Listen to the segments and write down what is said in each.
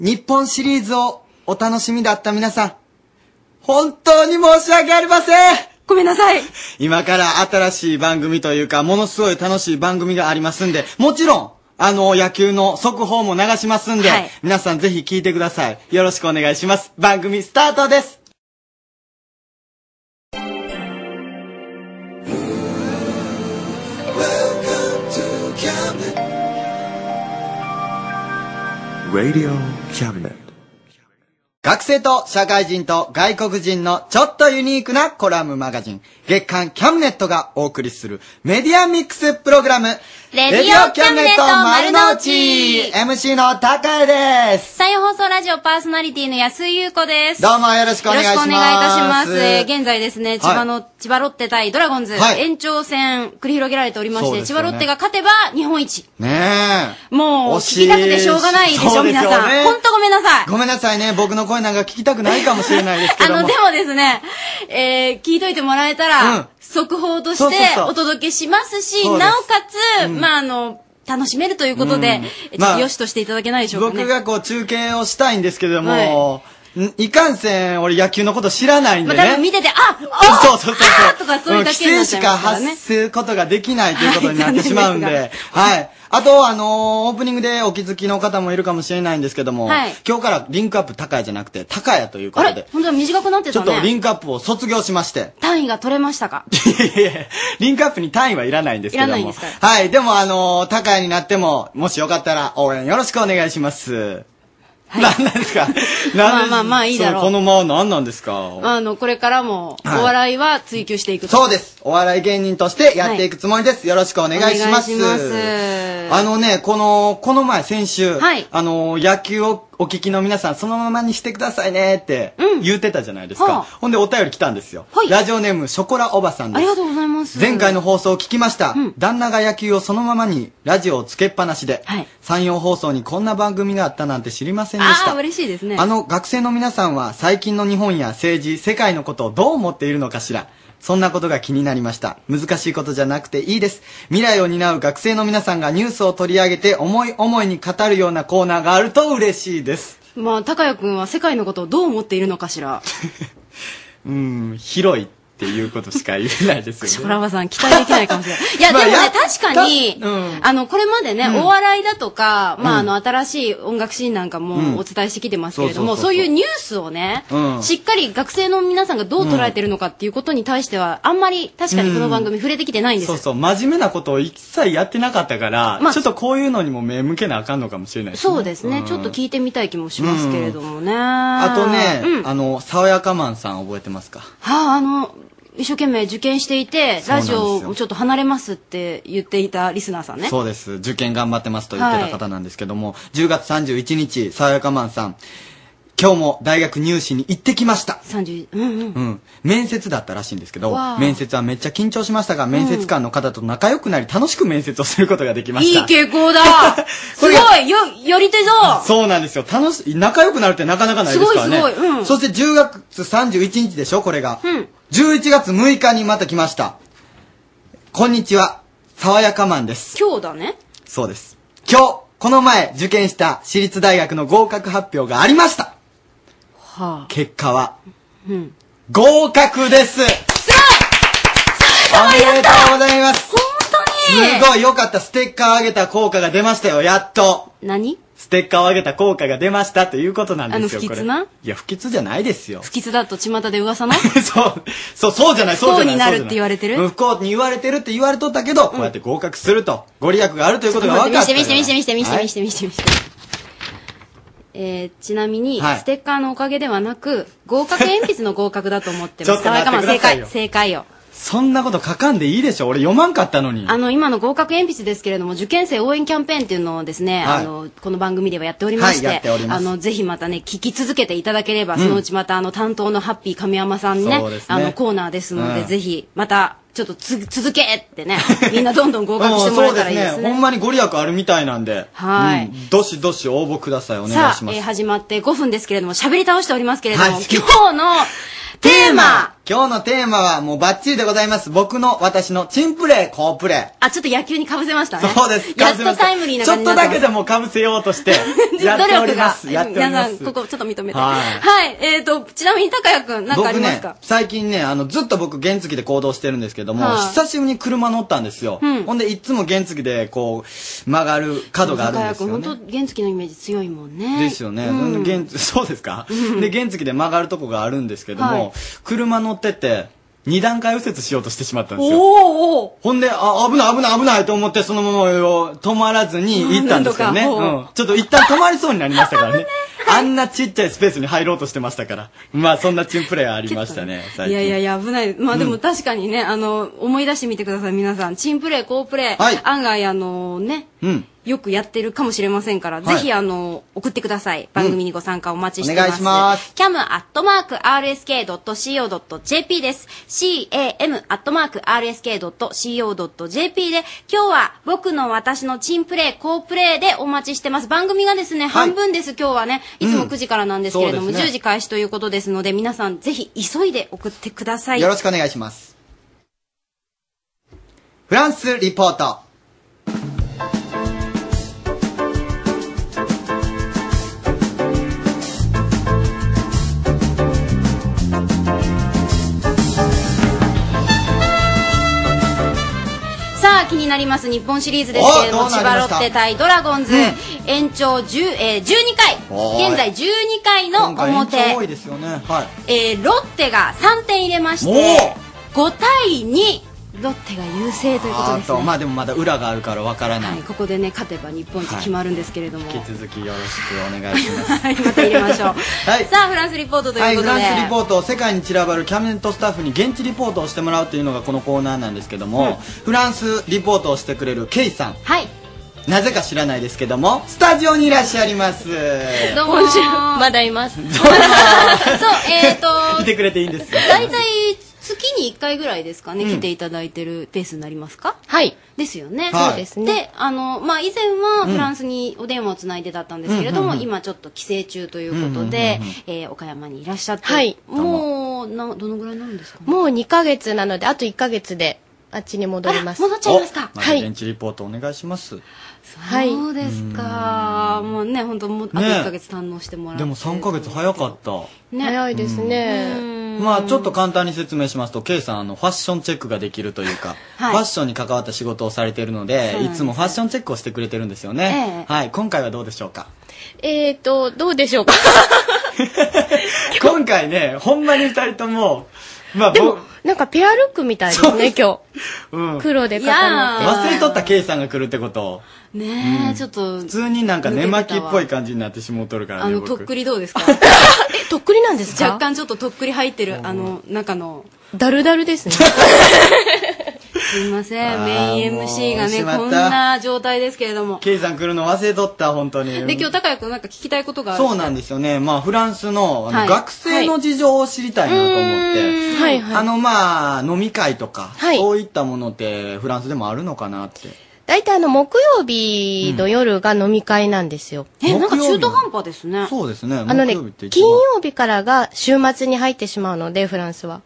日本シリーズをお楽しみだった皆さん、本当に申し訳ありません。 ごめんなさい。 今から新しい番組というか、ものすごい楽しい番組がありますんで、もちろん、野球の速報も流しますんで、はい、皆さんぜひ聞いてください。よろしくお願いします。番組スタートです。 Radio Cabinet。 学生と社会人と外国人のちょっとユニークなコラムマガジン、月刊キャムネットがお送りするメディアミックスプログラム、 レディオキャムネット丸の内 MC の高江です。 再放送ラジオパーソナリティの安井優子です。 どうもよろしくお願いします。 よろしくお願いいたします。現在ですね、千葉ロッテ対ドラゴンズ、はい、延長戦繰り広げられておりまして、ね、千葉ロッテが勝てば日本一。 ねえ。 もう聞きたくてしょうがないでしょ、皆さん。ほんとごめんなさい。 ごめんなさいね。僕の声なんか聞きたくないかもしれないですけども。 でもですね、聞いといてもらえたら、速報としてお届けしますし、なおかつ、楽しめるということで、ちょっとよしとしていただけないでしょうかね。 僕がこう中継をしたいんですけれども、いかんせん、俺野球のこと知らないんでね。 多分見てて、そうとかそういうだけになっちゃいますからね。規制しか発することができないということになってしまうんで、はい。あと、オープニングでお気づきの方もいるかもしれないんですけども、はい、今日からリンクアップ高谷じゃなくて、高谷ということで。 本当は短くなってたね。 ちょっとリンクアップを卒業しまして。 単位が取れましたか？ いやいや、リンクアップに単位はいらないんですけども。いらないんですか？はい。でも高谷になっても、もしよかったら応援よろしくお願いします。はい、何なんですか？ まあいいだろう。 この間は何なんですか？ これからもお笑いは追求していくと。 そうです。お笑い芸人としてやっていくつもりです。よろしくお願いします。お願いします。この前先週、はい、野球をお聞きの皆さんそのままにしてくださいねって言ってたじゃないですか。ほんでお便り来たんですよ。はい、ラジオネームショコラおばさんです。 ありがとうございます。 前回の放送を聞きました。旦那が野球をそのままにラジオをつけっぱなしで、山陽放送にこんな番組があったなんて知りませんでした。 嬉しいですね。 学生の皆さんは最近の日本や政治、世界のことをどう思っているのかしら。そんなことが気になりました。難しいことじゃなくていいです。未来を担う学生の皆さんがニュースを取り上げて思い思いに語るようなコーナーがあると嬉しいです。 高谷くんは世界のことをどう思っているのかしら。 広いっていうことしか言えないですよね。 ショコラおばさん期待できないかもしれない。いや、でもね、確かに、これまでね、お笑いだとか、新しい音楽シーンなんかもお伝えしてきてますけれども、そういうニュースをね、しっかり学生の皆さんがどう捉えてるのかっていうことに対しては、あんまり確かにこの番組触れてきてないんですよ。 そう、真面目なことを一切やってなかったから、ちょっとこういうのにも目向けなあかんのかもしれないですね。 そうですね。ちょっと聞いてみたい気もしますけれどもね。 あとね、爽やかマンさん覚えてますか？ 一生懸命受験していて、ラジオをちょっと離れますって言っていたリスナーさんね。 そうです。受験頑張ってますと言ってた方なんですけども、10月31日、爽やかマンさん、今日も大学入試に行ってきました。面接だったらしいんですけど、面接はめっちゃ緊張しましたが、面接官の方と仲良くなり楽しく面接をすることができました。 いい傾向だすごいやり手ぞそうなんですよ。仲良くなるってなかなかないですからね。すごい。そして10月31日でしょ、これが。11月6日にまた来ました。こんにちは、爽やかマンです。 今日だね。 そうです。この前受験した私立大学の合格発表がありました。結果は、合格です。すごいおめでとうございます。 本当にすごいよかった。ステッカーあげた効果が出ましたよ、やっと。 何？ ステッカーをあげた効果が出ましたということなんですよ。 不吉な？ いや、不吉じゃないですよ。 不吉だと巷で噂のそうじゃない。 不幸になるって言われてる？ 不幸に言われてるって言われとったけど、こうやって合格すると、ご利益があるということが分かった。 見してちなみに、ステッカーのおかげではなく、合格鉛筆の合格だと思ってます。爽やかマン正解よ。 そんなこと書かんでいいでしょ。俺読まんかったのに。 今の合格鉛筆ですけれども、受験生応援キャンペーンっていうのをですね、この番組ではやっておりまして、ぜひまたね、聞き続けていただければ、そのうちまた担当のハッピー神山さんにね、コーナーですので、ぜひ、また、ちょっと続けってね、みんなどんどん合格してもらえたらいいですね。 ほんまにご利益あるみたいなんで、どしどし応募ください。お願いします。 始まって5分ですけれども、喋り倒しておりますけれども、今日のテーマ今日のテーマはもうバッチリでございます。私のチンプレー、好プレー。ちょっと野球に被せましたね。 そうです。 やっとタイムリーな感じになってます。ちょっとだけでも被せようとして、やっております。やっております。 皆さん、ここちょっと認めて。はい。ちなみに高谷くん、なんかありますか？ 僕ね、最近ね、ずっと僕原付で行動してるんですけども、久しぶりに車乗ったんですよ。ほんで、いつも原付でこう、曲がる角があるんですよね。 高谷くん、本当原付のイメージ強いもんね。 ですよね。そうですか？で、原付で曲がるとこがあるんですけども、車乗ってて、2段階右折しようとしてしまったんですよ。ほんで、危ないと思って、そのまま止まらずに行ったんですけどね。ちょっと一旦止まりそうになりましたからね。あんなちっちゃいスペースに入ろうとしてましたから。まあ、そんなチンプレーありましたね、最近。 いや、危ない。まあでも確かにね、思い出してみてください、皆さん。チンプレー、好プレー。案外、よくやってるかもしれませんから、ぜひ送ってください。番組にご参加お待ちしてます。お願いします。cam@rsk.co.jp です。cam@rsk.co.jp で、今日は僕の私のチンプレー、好プレーでお待ちしてます。番組がですね、半分です、今日はね。いつも9時からなんですけれども、10時開始ということですので、皆さんぜひ急いで送ってください。 よろしくお願いします。フランスリポート。 気になります日本シリーズですけれども、千葉ロッテ対ドラゴンズ、延長12回、現在12回の表、 多いですよね。はい。 ロッテが3点入れまして、5対2。ロッテが優勢ということですね。 まあでもまだ裏があるからわからない。 ここでね、勝てば日本一決まるんですけれども。 引き続きよろしくお願いします。 はい、また入れましょう。さあ、フランスリポートということで。 フランスリポート、世界に散らばるキャビネットスタッフに現地リポートをしてもらうというのがこのコーナーなんですけども、フランスリポートをしてくれるケイさん。 はい。 なぜか知らないですけども、スタジオにいらっしゃいます。 どうも。 まだいます。そう、 来てくれていいんですよ。 大体、月に1回ぐらいですかね、来ていただいてるペースになりますか？ はい。 ですよね。 そうですね。 で、まあ、以前はフランスにお電話をつないでだったんですけれども、今ちょっと帰省中ということで、岡山にいらっしゃって、はい。もう、どのぐらいになるんですかね？ もう2ヶ月なので、あと1ヶ月であっちに戻ります。 戻っちゃいますか？ はい。現地リポートお願いします。 そうですか。もうね、本当もうあと1ヶ月堪能してもらって。 でも3ヶ月早かった。 早いですね。 まあちょっと簡単に説明しますと、ケイさんファッションチェックができるというか、ファッションに関わった仕事をされているので、いつもファッションチェックをしてくれてるんですよね。はい。今回はどうでしょうか？ どうでしょうか？ 今回ね、ほんまに2人とも、まあでもなんかペアルックみたいですね、今日。黒で固まって。 忘れとったケイさんが来るってこと。 ねえ、ちょっと。 普通になんか寝巻きっぽい感じになってしもうとるからね。 とっくりどうですか？ とっくりなんですか？ 若干ちょっととっくり入ってる、中の。 ダルダルですね。 すいません、メイン MC がね、こんな状態ですけれども。 ケイさん来るの忘れとった、本当に。 で、今日高谷くんなんか聞きたいことがある。 そうなんですよね。まあ、フランスの学生の事情を知りたいなと思って。はいはい。まあ、飲み会とか、そういったものってフランスでもあるのかなって。 大体木曜日の夜が飲み会なんですよ。 なんか中途半端ですね。 そうですね。 金曜日からが週末に入ってしまうので、フランスは。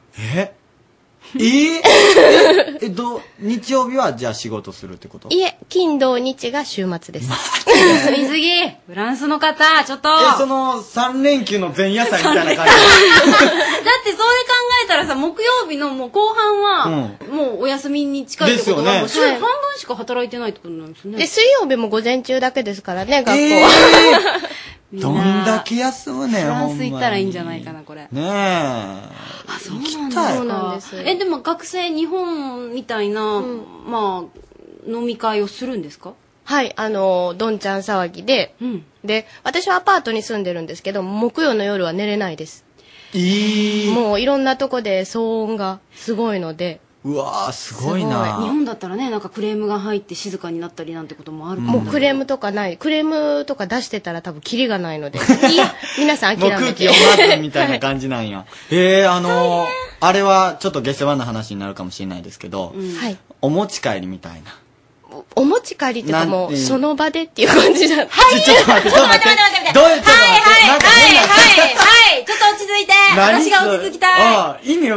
日曜日はじゃあ仕事するってこと？ いえ、金土日が週末です。 休みすぎフランスの方、ちょっと。 その3連休の前夜祭みたいな感じ。だってそれ考えたらさ、木曜日のもう後半は、もうお休みに近いってことは、もう週半分しか働いてないってことなんですね。 で、水曜日も午前中だけですからね、学校は。 どんだけ休むねん、 フランス行ったらいいんじゃないかな、これ。 ねえ。 そうなんです。でも学生、日本みたいな、まあ、飲み会をするんですか？ はい、どんちゃん騒ぎで、で、私はアパートに住んでるんですけど、木曜の夜は寝れないです。もういろんなとこで騒音がすごいので。 うわー、すごいな。 日本だったらね、なんかクレームが入って静かになったりなんてこともあるもうクレームとかない。クレームとか出してたら多分キリがないので。いや、皆さん諦めて。 空気読まずみたいな感じなんや。あれはちょっと下世話な話になるかもしれないですけど、お持ち帰りみたいな。 お持ち帰りっていうかもうその場でっていう感じだ。はい、 ちょっと待って。どういうはい、ちょっと落ち着いて。話が落ち着きたい。 意味わ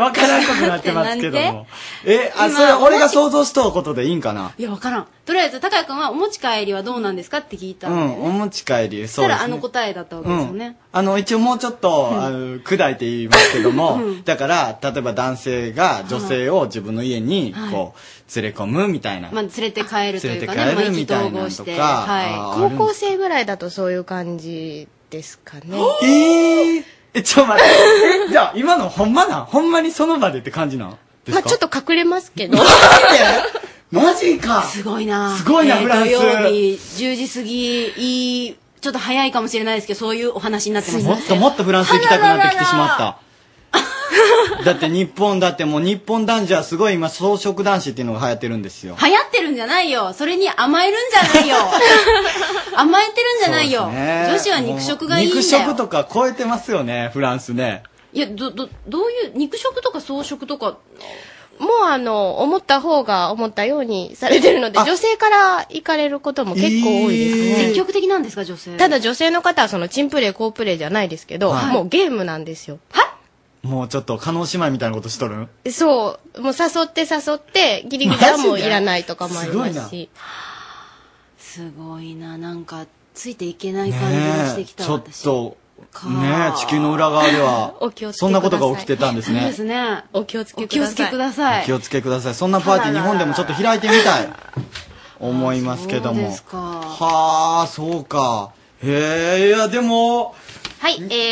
わからんことになってますけども。それ俺が想像しとうことでいいんかな？ いや、わからん。とりあえず、高谷くんはお持ち帰りはどうなんですかって聞いたんだよね。 お持ち帰り、 そうですね。そしたら答えだったわけですよね。 一応もうちょっと、砕いて言いますけども、だから、例えば男性が女性を自分の家に、こう、連れ込むみたいな。 まあ、連れて帰るというかね、 連れて帰るみたいなとか。 高校生ぐらいだとそういう感じですかね。 ちょ待って。じゃあ、今のほんまにその場でって感じなんですか？ まあ、ちょっと隠れますけど。 マジか。 すごいな。 フランス。 土曜日、10時過ぎ、ちょっと早いかもしれないですけど、そういうお話になってます。 もっとフランス行きたくなってきてしまった。だって日本男児はすごい今草食男子っていうのが流行ってるんですよ。 流行ってるんじゃないよ。それに甘えるんじゃないよ。甘えてるんじゃないよ。女子は肉食がいいんだよ。 肉食とか超えてますよね、フランスね。 いや、どういう肉食とか草食とか。 もう思った方が思ったようにされてるので、女性から行かれることも結構多いですね。 積極的なんですか、女性？ ただ女性の方はそのチンプレー、コープレーじゃないですけど、もうゲームなんですよ。 もうちょっと、叶姉妹みたいなことしとるん？ そう。もう誘って、ギリギリはもういらないとかもありますし。 すごいな。なんか、ついていけない感じがしてきた。 ちょっと、地球の裏側では、そんなことが起きてたんですね。 そうですね。 お気をつけください。 お気をつけください。 お気をつけください。そんなパーティー日本でもちょっと開いてみたい。思いますけども。 そうですか。 はあ、そうか。へえ、いや、でも、 はい、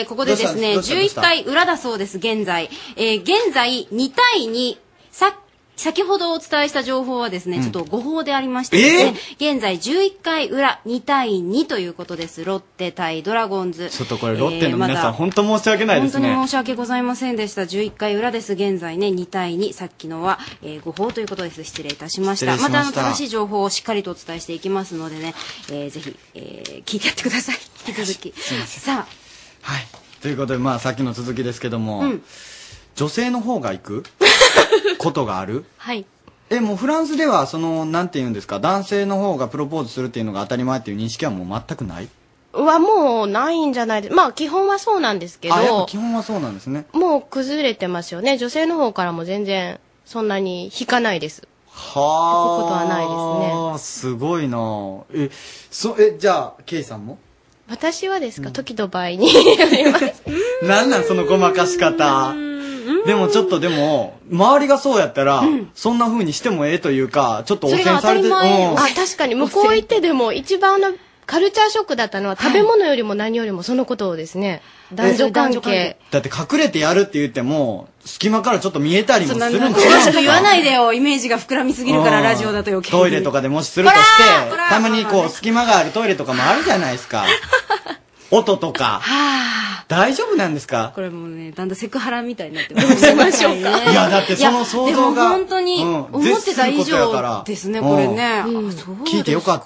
ここでですね、11回裏だそうです、現在。現在、2対2。先ほどお伝えした情報はですね、ちょっと誤報でありましてですね、現在11回裏2対2ということです。ロッテ対ドラゴンズ。 ちょっとこれロッテの皆さん、本当申し訳ないですね。 本当に申し訳ございませんでした。11回裏です。現在ね、2対2。さっきのは、誤報ということです。失礼いたしました。また正しい情報をしっかりとお伝えしていきますのでね、ぜひ、聞いてやってください。引き続き。 すいません。 さあ。 はい。ということで、さっきの続きですけども、女性の方が行くことがある？ はい。 もうフランスでは、なんて言うんですか、男性の方がプロポーズするっていうのが当たり前っていう認識はもう全くない？ もうないんじゃないですか。まあ基本はそうなんですけど。 やっぱ基本はそうなんですね。 もう崩れてますよね。女性の方からも全然そんなに引かないです。 はあ。 ことはないですね。すごいな。じゃあ、ケイさんも？ 私はですか、時と場合になんそのごまかし方。でもちょっと周りがそうやったら、そんな風にしてもええというか、ちょっと汚染されてる。 確かに向こう行ってでも一番カルチャーショックだったのは食べ物よりも何よりもそのことをですね、男女関係。 だって隠れてやるって言っても、隙間からちょっと見えたりもするんじゃないですか。言わないでよ。イメージが膨らみすぎるからラジオだと余計に。 トイレとかでもしするとして、たまに隙間があるトイレとかもあるじゃないですか。音とか。大丈夫なんですか？ これもうね、だんだんセクハラみたいになってます。ましょうか。 いや、だってその想像が。 でも本当に思ってた以上ですね、これね。 聞いてよかった。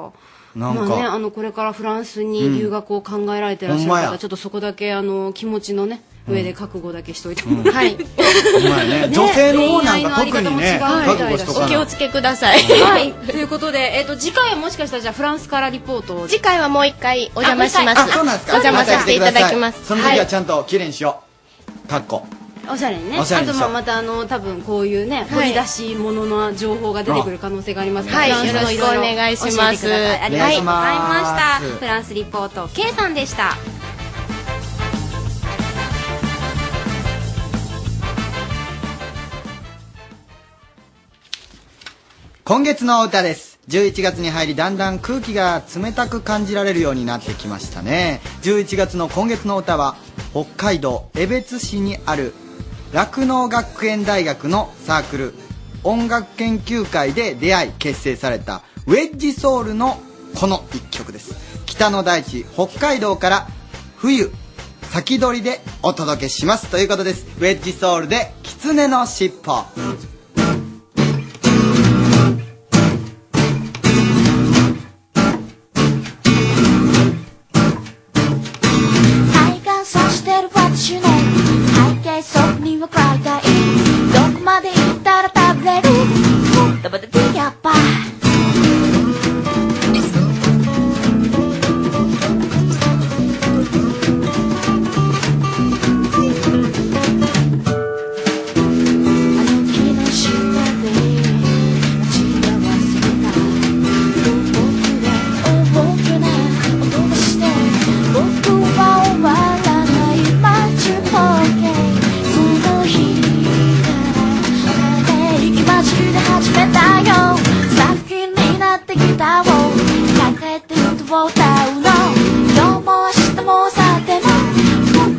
なんか。 これからフランスに留学を考えられてらっしゃる方、ちょっとそこだけ気持ちのね、上で覚悟だけしといてもらって。 はい。女性の方なんか特にね、覚悟しとかない。 お気をつけください。 はい。ということで、次回はもしかしたらじゃあフランスからリポートを。 次回はもう一回お邪魔します。 そうなんですか？ お邪魔させていただきます。 その時はちゃんと綺麗にしよう。かっこ。 おしゃれにね。あとまた多分こういうね、掘り出し物の情報が出てくる可能性がありますので、 よろしくお願いします。 ありがとうございました。フランスリポート K さんでした。 今月の歌です。11月に入りだんだん空気が冷たく感じられるようになってきましたね。11月の今月の歌は北海道江別市にある酪農学園大学のサークル音楽研究会で出会い結成されたウェッジソウルのこの一曲です。北の大地北海道から冬先取りでお届けしますということです。ウェッジソウルで狐のしっぽ。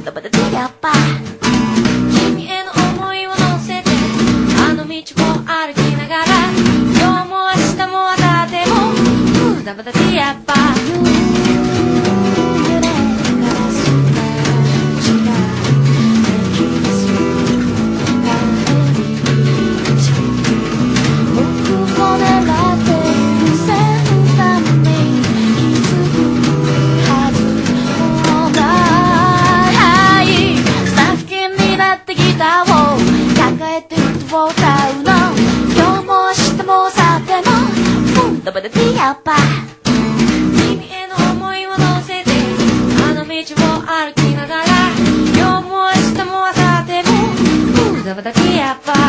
ダバダディアッパ君への思いを乗せてあの道を歩きながら今日も明日も明後日もダバダディアッパを歌うの今日も明日も明後日もダバダディアッパ君への思いを乗せてあの道を歩きながら今日も明日も明後日もダバダディアッパ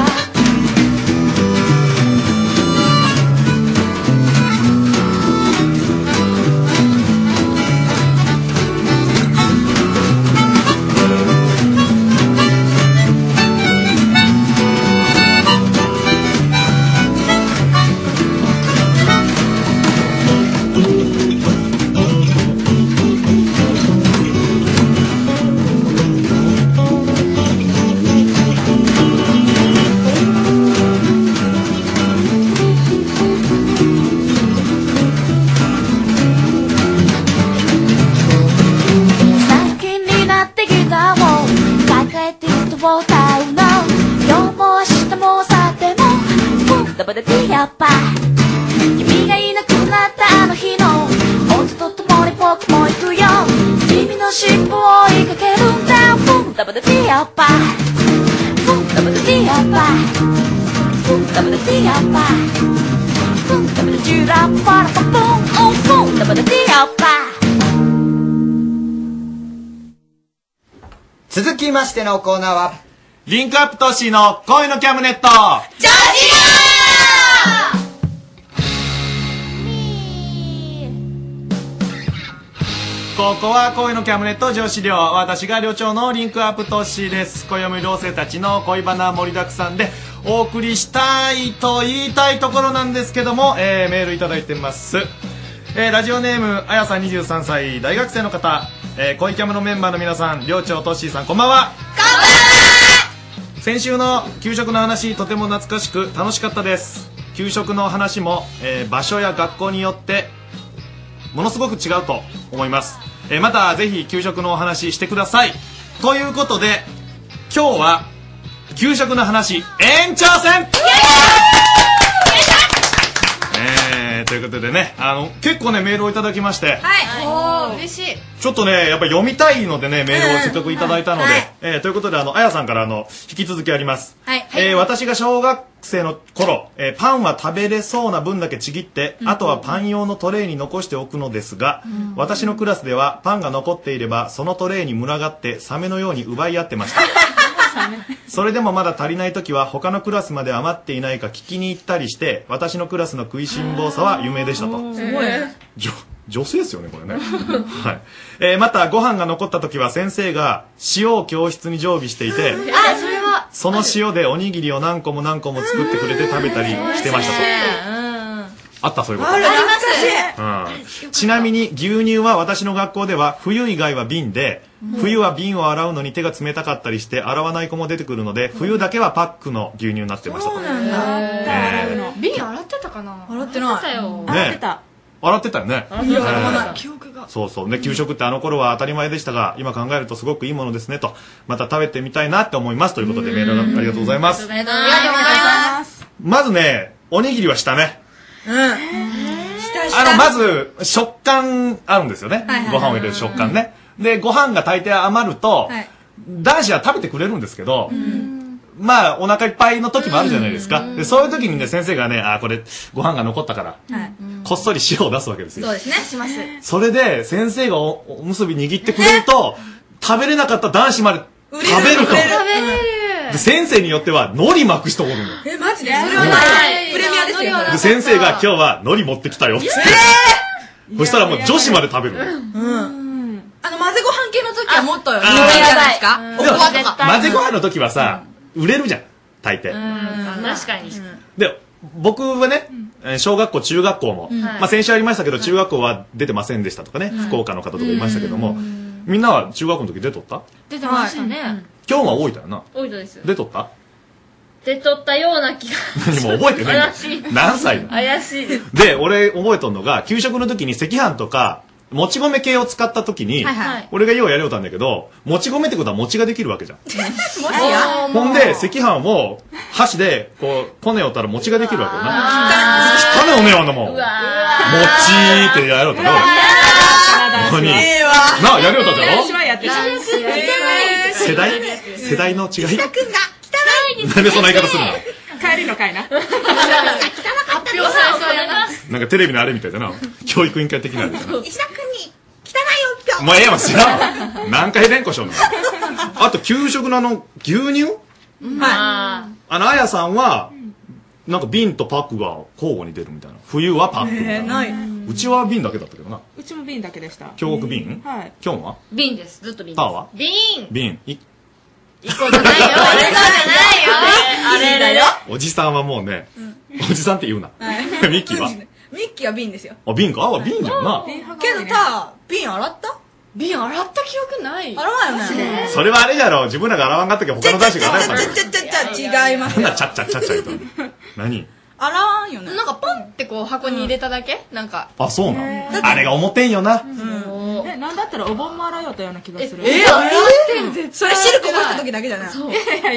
ダバダディアッパ君がいなくなったあの日の音とともに僕も行くよ君の尻尾を追いかけるんだダバダディアッパダバダディアッパダバダディアッパダバダジュラッパラパポンダバダディアッパ続きましてのコーナーはリンクアップトッシーの恋のキャムネットジョージここは恋のキャムネット女子寮私が寮長のリンクアップトッシーです暦寮生たちの恋バナ盛りだくさんでお送りしたいと言いたいところなんですけども、メールいただいてます、ラジオネームあやさん23歳大学生の方、恋キャムのメンバーの皆さん寮長トッシーさんこんばんは。こんばんは。先週の給食の話とても懐かしく楽しかったです。給食の話も、場所や学校によってものすごく違うと思います。またぜひ給食のお話してください。ということで今日は給食の話延長戦ということでね結構ねメールをいただきましてはい、嬉しい。 ちょっとねやっぱ読みたいのでねメールをせっかくいただいたので、ということであやさんから引き続きあります、私が小学生の頃、パンは食べれそうな分だけちぎって、あとはパン用のトレーに残しておくのですが、私のクラスではパンが残っていればそのトレーに群がってサメのように奪い合ってましたそれでもまだ足りない時は他のクラスまで余っていないか聞きに行ったりして私のクラスの食いしん坊さは有名でしたと。 すごい女性ですよねこれねはい、またご飯が残った時は先生が塩を教室に常備していてそれはその塩でおにぎりを何個も何個も作ってくれて食べたりしてましたと。あったそういうことあります、ちなみに牛乳は私の学校では冬以外は瓶で、冬は瓶を洗うのに手が冷たかったりして洗わない子も出てくるので冬だけはパックの牛乳になってましたと。 そうなんだ、瓶洗ってたかな。 洗ってない。 洗ってた洗ってたよね。 いや洗わない記憶が。 そうそうね、給食ってあの頃は当たり前でしたが今考えるとすごくいいものですねとまた食べてみたいなって思いますということでメールありがとうございます。 ありがとうございます。 まずねおにぎりは下ね。 下まず食感あるんですよね、ご飯を入れる食感ね。でご飯が大抵余ると、男子は食べてくれるんですけど、まあお腹いっぱいの時もあるじゃないですか、でそういう時にね先生がねこれご飯が残ったから、こっそり塩を出すわけですよ。 そうですね、します。 それで先生がおむすび握ってくれると食べれなかった男子まで食べると。で先生によっては海苔巻く人おるの。 マジでそれはないプレミアですよ。 で先生が今日は海苔持ってきたよっつって、そしたらもう女子まで食べるの。 混ぜご飯系の時はもっと人気じゃないですか。おこわとか混ぜご飯の時はさ売れるじゃん大抵。 確かに。 で僕はね小学校中学校も、先週ありましたけど中学校は出てませんでしたとかね、福岡の方とかいましたけども、みんなは中学校の時出とった？ 出てましたね。 今日は大分やな。 大分です。 出とった？ 出とったような気が。 もう覚えてない。 怪しい。 何歳だ？ 怪しいです。 で、俺覚えとんのが、給食の時に赤飯とか、もち米系を使った時に、俺がようやりよったんだけど、もち米ってことは餅ができるわけじゃん。 もしやほんで、赤飯を箸で、こう、こねよったら餅ができるわけよな。汚ねおねえわんだもん。餅ってやろうとな。何なあ、やりよったじゃろ世代の違いなんでそんな言い方するの帰りの会な。 発表されそうやな。 なんかテレビのあれみたいだな。教育委員会的なあれだな。 石田君に、汚いよ、 お前ええわ、知らん。何回連呼しよんの。あと、給食の牛乳はあやさんは、なんか瓶とパックが交互に出るみたいな。冬はパックみたいな。 ない。 うちは瓶だけだったけどな。 うちも瓶だけでした。 京極瓶はい。 きょんは瓶です。ずっと瓶です。 ターは瓶。 瓶。 一個じゃないよ。あれじゃないよ。あれだよ。 おじさんはもうね、おじさんって言うな。ミッキーはミッキーは瓶ですよ。 あ、瓶かあ、瓶じゃんな。 けどた、瓶洗った？ 瓶洗った記憶ない。 洗わんよね。 それはあれじゃろ。自分らが洗わんかったけど他の男子が洗ったんだよ。 違いますよ。 なんだ、ちゃっちゃっちゃっちゃ言うと。何洗わんよね。 なんかポンってこう箱に入れただけなんか。 あ、そうなのあれが思ってんよな。 なんだったらお盆も洗いよったような気がする。 それシルク干した時だけじゃない。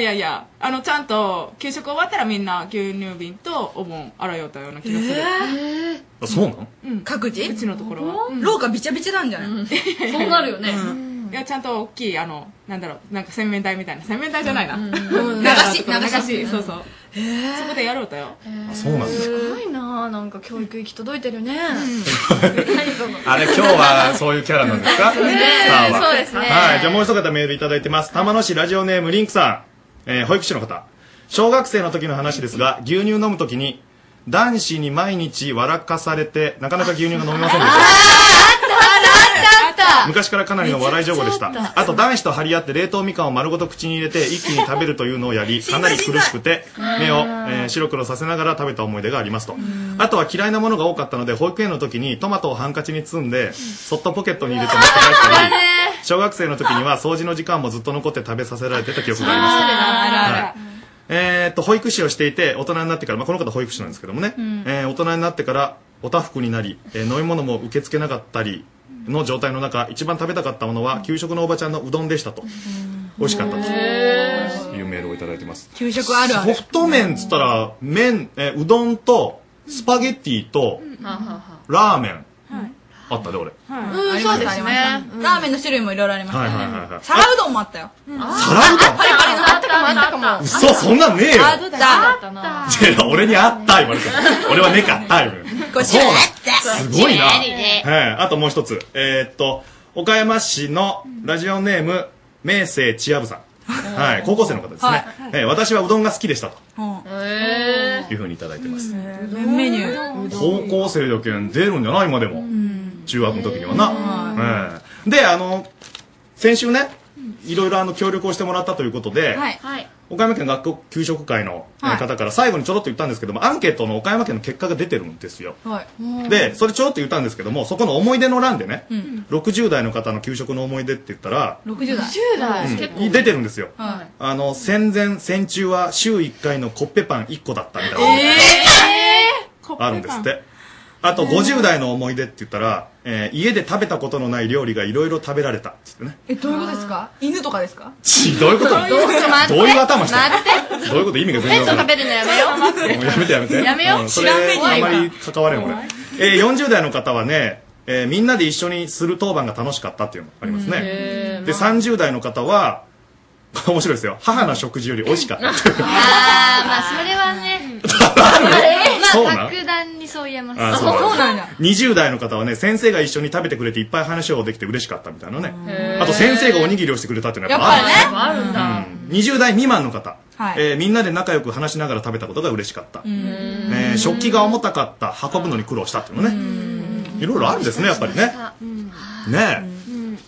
いや、ちゃんと給食終わったらみんな牛乳瓶とお盆洗いよったような気がする。 あ、そうなの各自うちのところは。 廊下びちゃびちゃなんじゃないそうなるよね。 いや、ちゃんと大きい、なんだろう、なんか洗面台みたいな。洗面台じゃないな。流し、そうそう。そこでやろうとよ。 あ、そうなんですすごいななんか教育行き届いてるね。 あれ、今日はそういうキャラなんですかスターは。 そうですね。 はい。じゃあもう一方メールいただいてます。玉野市ラジオネームリンクさん。保育士の方。小学生の時の話ですが、牛乳飲む時に、男子に毎日笑かされて、なかなか牛乳が飲めませんでした。昔からかなりの笑い情報でした。あと男子と張り合って冷凍みかんを丸ごと口に入れて一気に食べるというのをやり、かなり苦しくて目を白黒させながら食べた思い出がありますと。あとは嫌いなものが多かったので、保育園の時にトマトをハンカチに包んでそっとポケットに入れて持って帰ったり、小学生の時には掃除の時間もずっと残って食べさせられてた記憶がありますと。保育士をしていて大人になってから、この方保育士なんですけどもね、大人になってからおたふくになり、飲み物も受け付けなかったりの状態の中、一番食べたかったものは給食のおばちゃんのうどんでしたと。美味しかったというメールをいただいてます。 給食あるある。 ソフト麺っつったら麺、うどんとスパゲッティとラーメンあったで俺。 そうですね。ラーメンの種類もいろいろありましたね。皿うどんもあったよ。 皿うどんパリパリのあったかもあったかも。 嘘、そんなんねえよ。 あった俺にあった言われた。俺はねかった言われた。そうなんすごいな。あともう一つ。岡山市のラジオネーム明星千夜部さん。はい、高校生の方ですね。私はうどんが好きでしたというふうにいただいてます。 メニュー。 高校生だけん出るんじゃない今でも。中学の時にはな。で、先週ね、いろいろ協力をしてもらったということで、岡山県学校給食会の方から最後にちょろっと言ったんですけども、アンケートの岡山県の結果が出てるんですよ。で、それちょろっと言ったんですけども、そこの思い出の欄でね、60代の方の給食の思い出って言ったら、 60 代出てるんですよ。戦前戦中は週1回のコッペパン1個だったみたいなあるんですって。あと50代の思い出って言ったら、家で食べたことのない料理がいろいるてられたって言ってね。 どういうことですか？犬とかですか？ どういうこと？どういう頭したの？どういうこと？意味が全然わかんない。 ペット食べるのやめよう。 やめてやめて。 やめよう。 それあまり関われん俺。40代の方はね、みんなで一緒にする当番が楽しかったっていうのがありますね。で30代の方は面白いですよ。母の食事より美味しかった。 まあそれはね。まあ格段にそう言えます。 そうなんだ。 20代の方はね、先生が一緒に食べてくれていっぱい話をできて嬉しかったみたいなね。あと先生がおにぎりをしてくれたっていうのはやっぱあるんだ。 20代未満の方、みんなで仲良く話しながら食べたことが嬉しかった。食器が重たかった、運ぶのに苦労したっていうのね。いろいろあるんですね、やっぱりね。ねえ。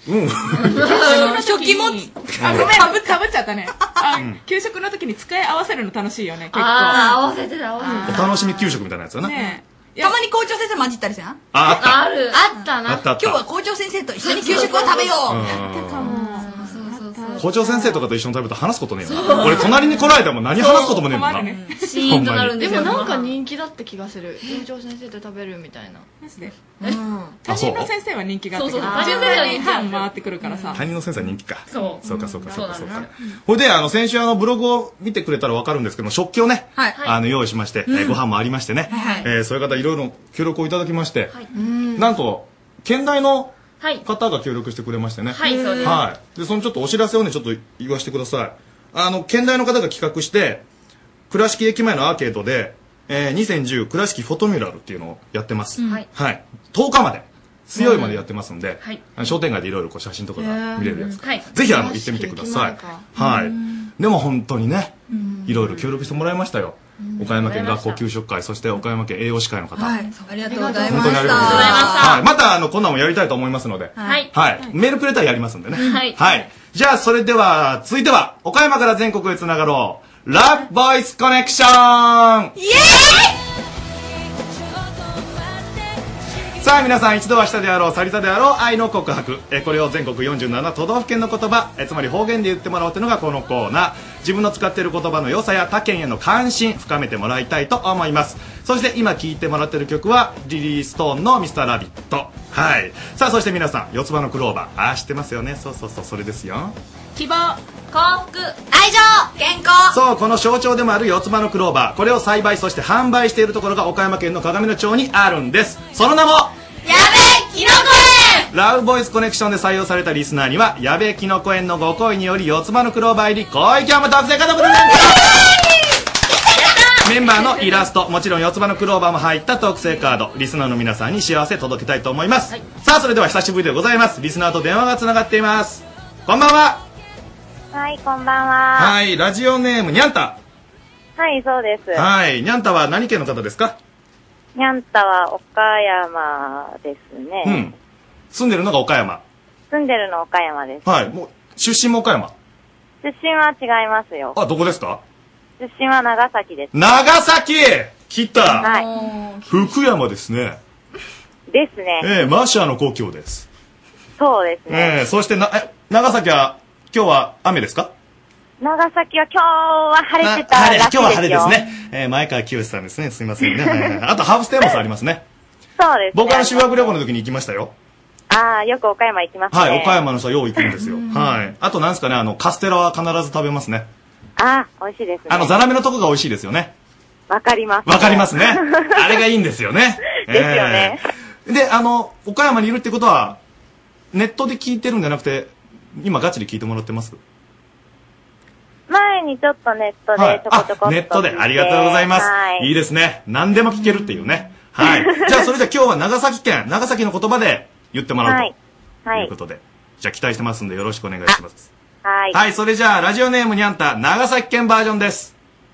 食器も、ごめん、かぶっちゃったね。給食の時に使い合わせるの楽しいよね、結構。 合わせてた、合わせてた。お楽しみ給食みたいなやつだな。 たまに校長先生混じったりせん？ あった。 あったな。 あった。 今日は校長先生と一緒に給食を食べよう。 やったかも。そう。 校長先生とかと一緒に食べると話すことねえよ。俺隣に来られても何話すこともねえもんな。 シーンとなるんですよ。でもなんか人気だって気がする。校長先生と食べるみたいな。マジで。 担任の先生は人気があったけど、 担任の先生は人気班回ってくるからさ。 担任の先生は人気か。そうか。 そうほいで、先週ブログを見てくれたらわかるんですけど、食器をね、用意しまして、ご飯もありましてね、そういう方いろいろ協力をいただきまして、なんと、県大の方が協力してくれましてね。 はい、そうです。 はい。で、そのちょっとお知らせをね、ちょっと言わせてください。県大の方が企画して、倉敷駅前のアーケードで、2010倉敷フォトミュラルっていうのをやってます。はい。10日まで、水曜日までやってますんで、商店街でいろいろ写真とかが見れるやつ。ぜひ行ってみてください。はい。でも本当にね、いろいろ協力してもらいましたよ。岡山県学校給食会、そして岡山県栄養士会の方。 はい。ありがとうございました。 本当にありがとうございました。はい。また、こんなんもやりたいと思いますので。 はい。 はい。メールくれたらやりますんでね。 はい。 はい。じゃあ、それでは、続いては、岡山から全国へつながろう。ラブボイスコネクションイエーイさあ皆さん一度はしたであろう去りたであろう愛の告白これを全国47都道府県の言葉つまり方言で言ってもらおうというのがこのコーナー自分の使っている言葉の良さや他県への関心深めてもらいたいと思いますそして今聴いてもらっている曲はリリー・ストーンのミスターラビットはいさあそして皆さん四つ葉のクローバー知ってますよねそうそれですよ希望幸福愛情健康そうこの象徴でもある四つ葉のクローバーこれを栽培そして販売しているところが岡山県の鏡野町にあるんですその名もやべきのこ園ラブボイスコネクションで採用されたリスナーにはやべきのこ園のご好意により四つ葉のクローバー入り恋キャンプ特製家族プレゼントメンバーのイラストもちろん四つ葉のクローバーも入った特製カードリスナーの皆さんに幸せ届けたいと思います、さあそれでは久しぶりでございますリスナーと電話がつながっていますこんばんははいこんばんははいラジオネームにゃんたはいそうですはいにゃんたは何県の方ですかにゃんたは岡山ですね住んでるのが岡山住んでるの岡山ですはいもう出身も岡山出身は違いますよどこですか出身は長崎です長崎来たはい福山ですねですねマーシャの故郷ですそうですねそして長崎は今日は雨ですか長崎は今日は晴れてたらしいですよ。今日は晴れですね。前川清さんですね。すみませんね。あとハーフステンボスありますね。 そうですね。 僕修学旅行の時に行きましたよ。 よく岡山行きますね。 はい、岡山の人はよう行くんですよ。はい。あとなんですかね、カステラは必ず食べますね。 美味しいですね。 ザラメのとこが美味しいですよね。 わかります。 わかりますね。あれがいいんですよね。 ですよね。 で、岡山にいるってことは、ネットで聞いてるんじゃなくて、今ガチで聞いてもらってます前にちょっとネットでちょこちょこっとネットでありがとうございます、いいですね何でも聞けるっていうねはいじゃあそれじゃあ今日は長崎県長崎の言葉で言ってもらうということでじゃあ期待してますんでよろしくお願いしますはいそれじゃあラジオネームにゃんた長崎県バージョンです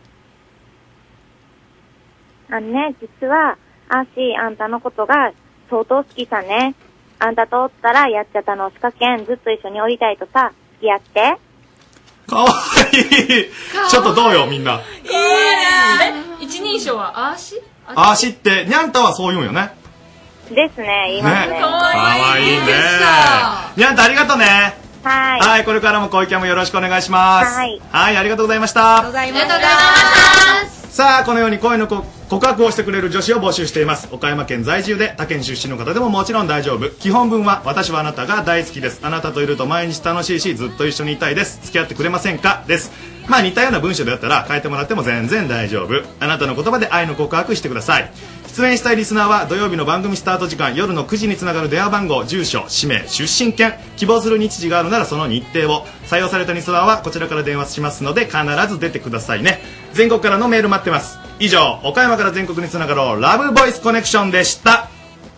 実はあんたのことが相当好きさねあんたとおったらやっちゃったの仕掛けんずっと一緒におりたいとさ付き合ってかわいいちょっとどうよみんないいね一人称はあーしってにゃんたはそう言うんよねですね言いますねかわいいねにゃんたありがとうねはいこれからも恋キャンもよろしくお願いしますはいありがとうございましたありがとうございますさあこのように恋の告白をしてくれる女子を募集しています岡山県在住で他県出身の方でももちろん大丈夫基本文は私はあなたが大好きですあなたといると毎日楽しいしずっと一緒にいたいです付き合ってくれませんかです似たような文章であったら変えてもらっても全然大丈夫あなたの言葉で愛の告白してください出演したいリスナーは土曜日の番組スタート時間夜の9時につながる電話番号住所氏名出身県希望する日時があるならその日程を採用されたリスナーはこちらから電話しますので必ず出てくださいね全国からのメール待ってます以上岡山から全国につながろうラブボイスコネクションでした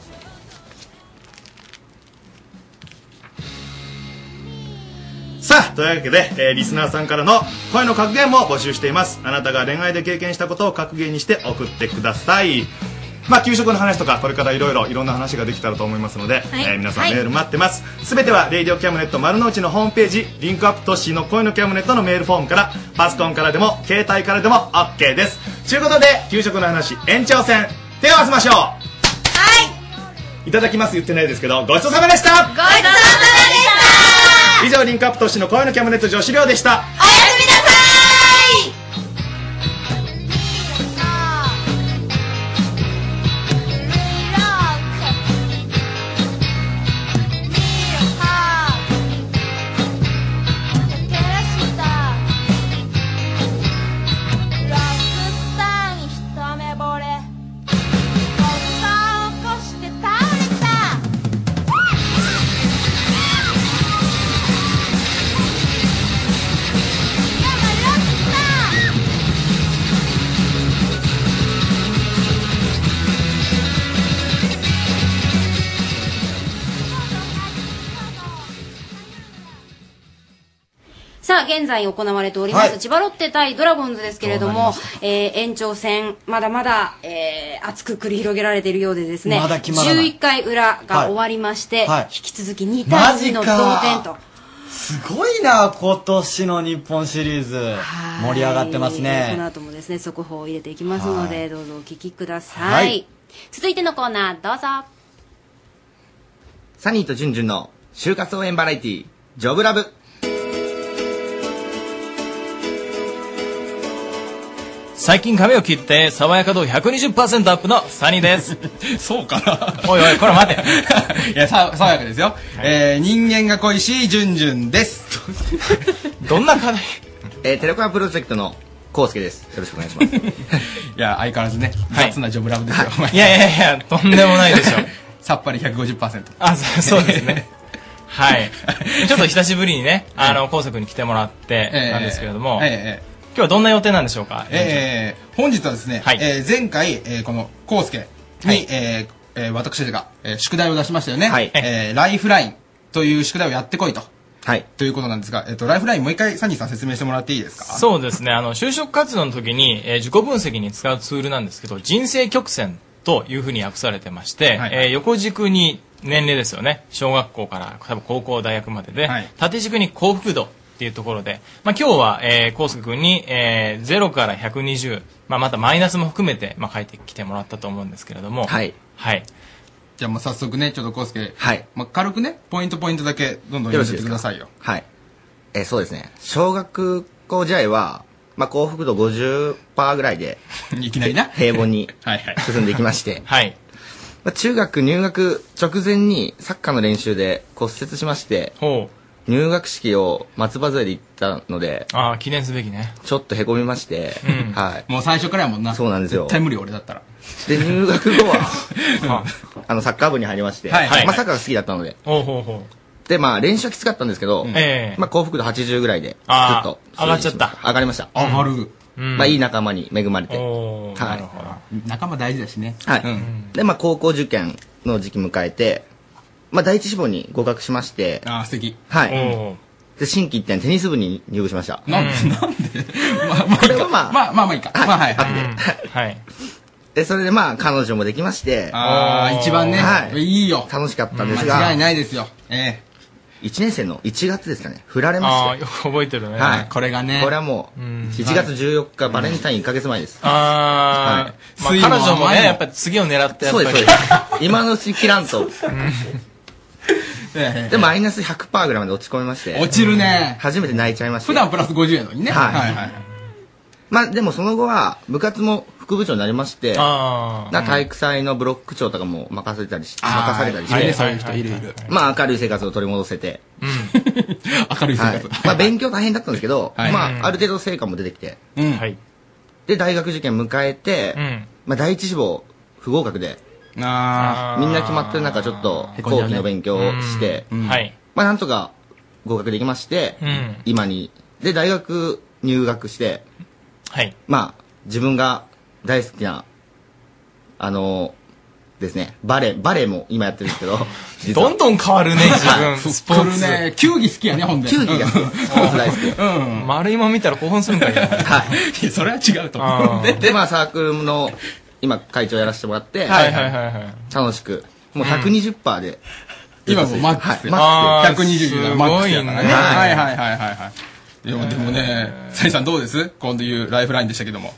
さあというわけで、リスナーさんからの声の格言も募集していますあなたが恋愛で経験したことを格言にして送ってください給食の話とかこれからいろんな話ができたらと思いますので、皆さんメール待ってますすべてはレイディオキャムネット丸の内のホームページリンクアップトッシーの恋のキャムネットのメールフォームからパソコンからでも携帯からでも OK ですということで給食の話延長戦手を合わせましょういただきます言ってないですけどごちそうさまでしたごちそうさまでした以上リンクアップ都市の声のキャムネット女子寮でした。 おやすみなさい。 さあ、現在行われております、 はい千葉ロッテ対ドラゴンズですけれどもそうなりま、 延長戦、まだまだ、熱く繰り広げられているようでですね、 まだ決まらない 11回裏が終わりまして、 はい引き続き2対2の同点と。 すごいな、今年の日本シリーズ。盛り上がってますこね。 の後もですね、速報を入れていきますので、どうぞお聞きください。 はい、 続いてのコーナー、どうぞ。 サニーとジュンジュンの就活応援バラエティ、ジョブラブ。 最近髪を切って爽やか度 120% アップのサニーです。 そうかな。 おいおい、これ待て。 いや、爽やかですよ。人間が恋しいジュンジュンです。 どんな課題？ テレコアプロジェクトのコウスケです。よろしくお願いします。 いや、相変わらずね、雑なジョブラブですよ。 いやいやいや、とんでもないでしょ。 さっぱり 150%。 あ、そうですね。はい。ちょっと久しぶりにね、コウセ君に来てもらってなんですけれども、今日はどんな予定なんでしょうか。 本日はですね、前回、このコウスケに、私たちが、宿題を出しましたよね。ライフラインという宿題をやってこいと。ということなんですが、ライフラインもう一回サニーさん説明してもらっていいですか。 そうですね。就職活動の時に、自己分析に使うツールなんですけど、人生曲線というふうに訳されてまして、横軸に年齢ですよね。小学校から多分高校大学までで、縦軸に幸福度っていうところで、今日はコウスケ君に、0から120、またマイナスも含めて、書いてきてもらったと思うんですけれども。はい。 じゃあもう早速ね、ちょっとコウスケ、軽くね、ポイントだけどんどん入れてくださいよ。 はい。そうですね。小学校時代は、幸福度 50% ぐらいで、 いきなりな。 平凡に進んでいきまして、中学入学直前にサッカーの練習で骨折しまして、入学式を松葉杖で行ったので、 記念すべきね。 ちょっとへこみまして、 もう最初からやもんな。 そうなんですよ。 絶対無理俺だったら。 で、入学後は、サッカー部に入りまして、サッカーが好きだったので、で、練習はきつかったんですけど、幸福度80ぐらいで、ずっと。 上がっちゃった。 上がりました。 上がる。 いい仲間に恵まれて。 仲間大事だしね。 で、高校受験の時期迎えて、第一志望に合格しまして。 素敵。 で、新規一点テニス部に入部しました。 なんでこれはいいか。はい。 で、それで彼女もできまして。 一番ね。いいよ。 楽しかったんですが。 間違いないですよ。 1年生の1月ですかね、振られまして。 よく覚えてるね。 これがね。 これはもう、1月14日、バレンタイン1ヶ月前です。 彼女もね、やっぱり次を狙ってやっぱり。 そうです。今のうち切らんと。で、マイナス100%ぐらいまで落ち込みまして。 落ちるね。 初めて泣いちゃいました。 普段プラス50やのにね。 でもその後は、部活も副部長になりまして、体育祭のブロック長とかも任されたりして、 そういう人いる。 明るい生活を取り戻せて。 明るい生活。 勉強大変だったんですけど、ある程度成果も出てきて。で、大学受験迎えて、第一志望不合格で、みんな決まってる中ちょっと後期の勉強をして、なんとか合格できまして、今に。で、大学入学して、自分が大好きな、ですね、バレエも今やってるんですけど、 どんどん変わるね、自分。 スポーツね。球技好きやね、ほんで。 球技が好き。スポーツ大好き。 丸いもん見たら興奮するんかいな。 それは違うと思う。 で、サークルの、今、会長やらせてもらって、楽しく、もう 120% で。 今もマックスで。120マックスやからね。はい。でもね、サニーさんどうです？今度いうライフラインでしたけども。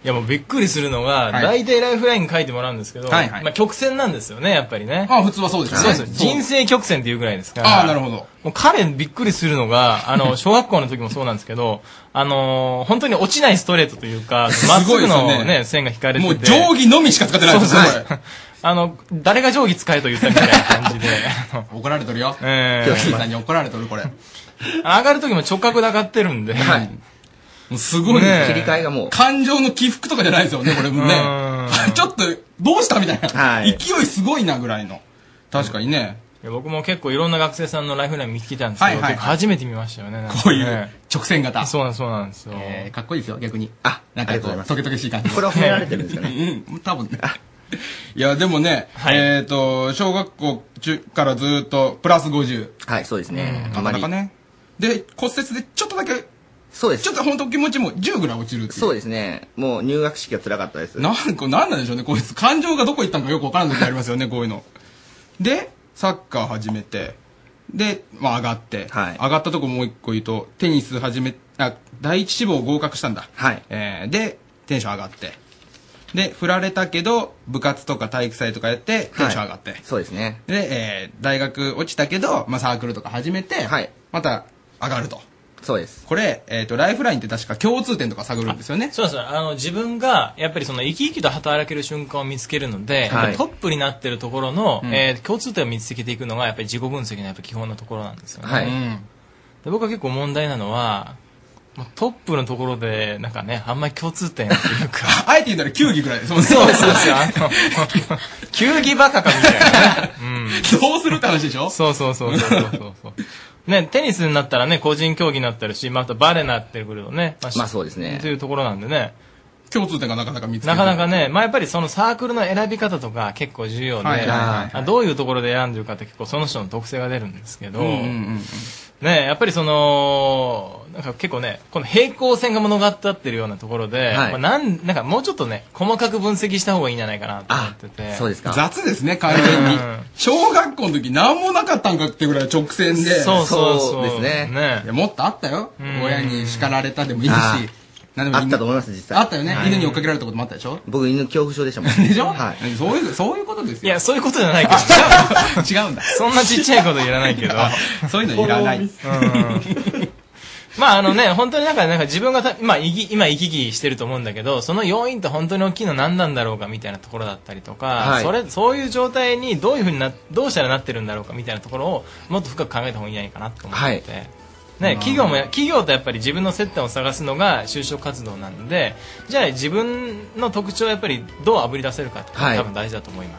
いやもうびっくりするのが、大体ライフライン書いてもらうんですけど、まあ曲線なんですよね、やっぱりね。 普通はそうですよね。 そうです。人生曲線っていうぐらいですから。 なるほど。 もう彼びっくりするのが、小学校の時もそうなんですけど、本当に落ちないストレートというか、まっすぐのね、線が引かれてて。 もう定規のみしか使ってないですね。 誰が定規使えと言ったみたいな感じで。 怒られとるよ。定規さんに怒られとる、これ。 上がる時も直角で上がってるんで。 もうすごいね。 切り替えがもう。 感情の起伏とかじゃないですよね、これもね。ちょっと、どうしたみたいな。勢いすごいなぐらいの。確かにね。 僕も結構いろんな学生さんのライフライン見つけたんですけど、初めて見ましたよね。 こういう直線型。 そうなんですよ。 かっこいいですよ、逆に。 なんかこう、 トゲトゲしい感じ。 これは褒められてるんですかね。 多分ね。いや、でもね、小学校からずっとプラス50。 はい、そうですね。 なかなかね。で、骨折でちょっとだけ、 そうです。 ちょっと本当気持ちも10ぐらい落ちるっていう。 そうですね。もう入学式が辛かったです。 なんなんでしょうね、こいつ。感情がどこ行ったのかよくわからない時ありますよね、こういうの。で、サッカー始めて、で、まあ上がって、上がったとこもう一個言うと、テニス始め、第一志望合格したんだ。 はい。 で、テンション上がって。で、振られたけど、部活とか体育祭とかやって、テンション上がって。 そうですね。 で、大学落ちたけど、まあサークルとか始めて、また上がると。 そうです。 これ、ライフラインって確か共通点とか探るんですよね。 そうです。自分が、やっぱりその生き生きと働ける瞬間を見つけるので、トップになってるところの、共通点を見つけていくのが、やっぱり自己分析のやっぱ基本のところなんですよね。で僕は結構問題なのは、トップのところで、なんかね、あんまり共通点っていうか。 あえて言うなら球技ぐらいですもんね。 そう球技バカかみたいなね。 どうするって話でしょ？ そう。ね、テニスになったらね、個人競技になってるし、またバレーになってくるとね。 まあそうですね。 というところなんでね。 共通点がなかなか見つけなかなかね、まあやっぱりそのサークルの選び方とか結構重要で、どういうところで選んでるかって結構その人の特性が出るんですけど、ね、やっぱりその、なんか結構ね、この平行線が物語ってるようなところで、なんかもうちょっとね、細かく分析した方がいいんじゃないかなと思ってて。 そうですか。 雑ですね、完全に。小学校の時何もなかったんかってぐらい直線で。 そうですね。 いや、もっとあったよ。親に叱られたでもいいし。 あったと思います、実際。 あったよね。犬に追っかけられたこともあったでしょ？ 僕、犬恐怖症でしたもん。 でしょ？ はい。 そういうことですよ。 いや、そういうことじゃないけど。 違うんだ。 そんなちっちゃいこといらないけど。 そういうのいらない。 まあ本当になんか自分が今生き生きしてると思うんだけど、その要因って本当に大きいの何なんだろうかみたいなところだったりとか、そういう状態にどういうふうにどうしたらなってるんだろうかみたいなところをもっと深く考えた方がいいんじゃないかなと思ってて。ね、企業とやっぱり自分の接点を探すのが就職活動なので、じゃあ自分の特徴をやっぱりどうあぶり出せるかって多分大事だと思います。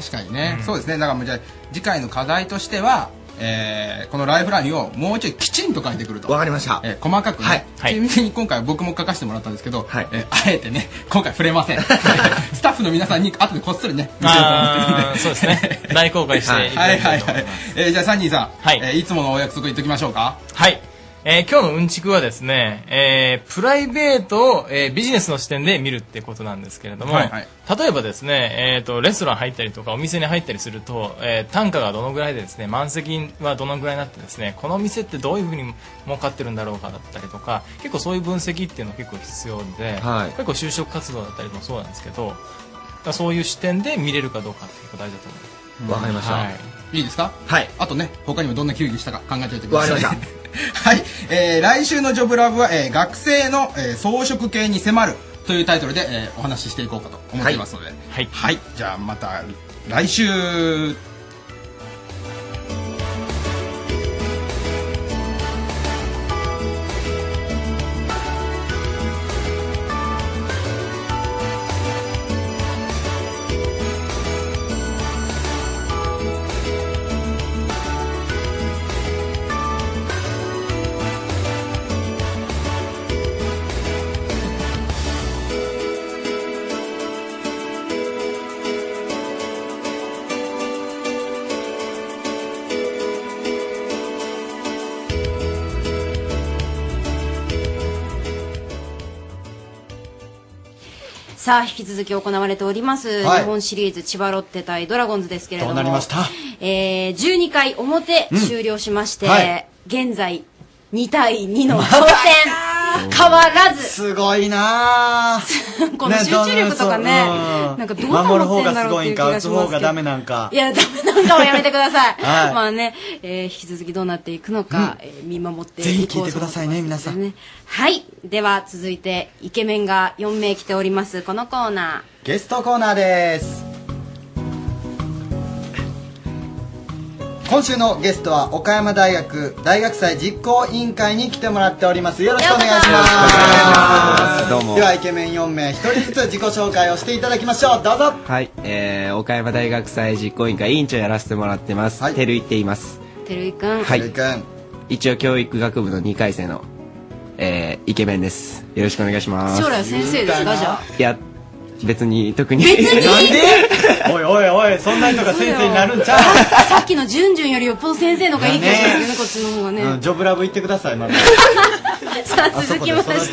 確かにね、そうですね。だからもうじゃあ次回の課題としては、このライフラインをもうちょいきちんと書いてくると。 わかりました。 細かくね。ちなみに今回僕も書かせてもらったんですけど、あえてね、今回触れません。スタッフの皆さんに後でこっそりね、見せようと思ってるんで。 そうですね。大公開していただきたいと思います。 じゃあサニーさん、いつものお約束言っときましょうか。 はい。今日のうんちくはですね、プライベートを、ビジネスの視点で見るってことなんですけれども、例えばですね、レストラン入ったりとかお店に入ったりすると、単価がどのぐらいでですね、満席はどのぐらいになってですね、この店ってどういうふうに儲かってるんだろうかだったりとか、結構そういう分析っていうのが結構必要で、結構就職活動だったりもそうなんですけど、そういう視点で見れるかどうかって結構大事だと思います。 わかりました。 いいですか？ はい。 あとね、他にもどんな球技したか考えておいてください。 わかりました。 はい、来週のジョブラブは、学生の、装飾系に迫るというタイトルで、お話ししていこうかと思っていますので、はい、じゃあまた来週。 さあ引き続き行われております、日本シリーズ千葉ロッテ対ドラゴンズですけれども、 どうなりました？ 12回表終了しまして、現在2対2の同点。 変わらず。 すごいなぁ。 この集中力とかね、なんかどう守る方が思ってんだろうすごいんか、 っていう気がしますけど。 打つ方がダメなんか。 いや、ダメなんかはやめてください。 はいまあね、引き続きどうなっていくのか、見守ってぜひいこう聞いてくださいね、皆さん。 はい。では、続いて、イケメンが4名来ております。このコーナー。 ゲストコーナーです。今週のゲストは岡山大学大学祭実行委員会に来てもらっております。よろしくお願いします。 どうも。 ではイケメン4名一人ずつ自己紹介をしていただきましょう。どうぞ。 はい、岡山大学祭実行委員会委員長やらせてもらってます。照井って言います。 照井くん。 はい。一応教育学部の2回生の、イケメンです。よろしくお願いします。 将来は先生ですか、じゃあ。 いや、別に特に。 別になんでおいおいおい、そんな人が先生になるんちゃう。 さっきのジュンジュンよりよっぽど先生の方がいい気がしますよね、こっちの方がね。 ジョブラブ行ってください、まだ。 さあ、続きまして。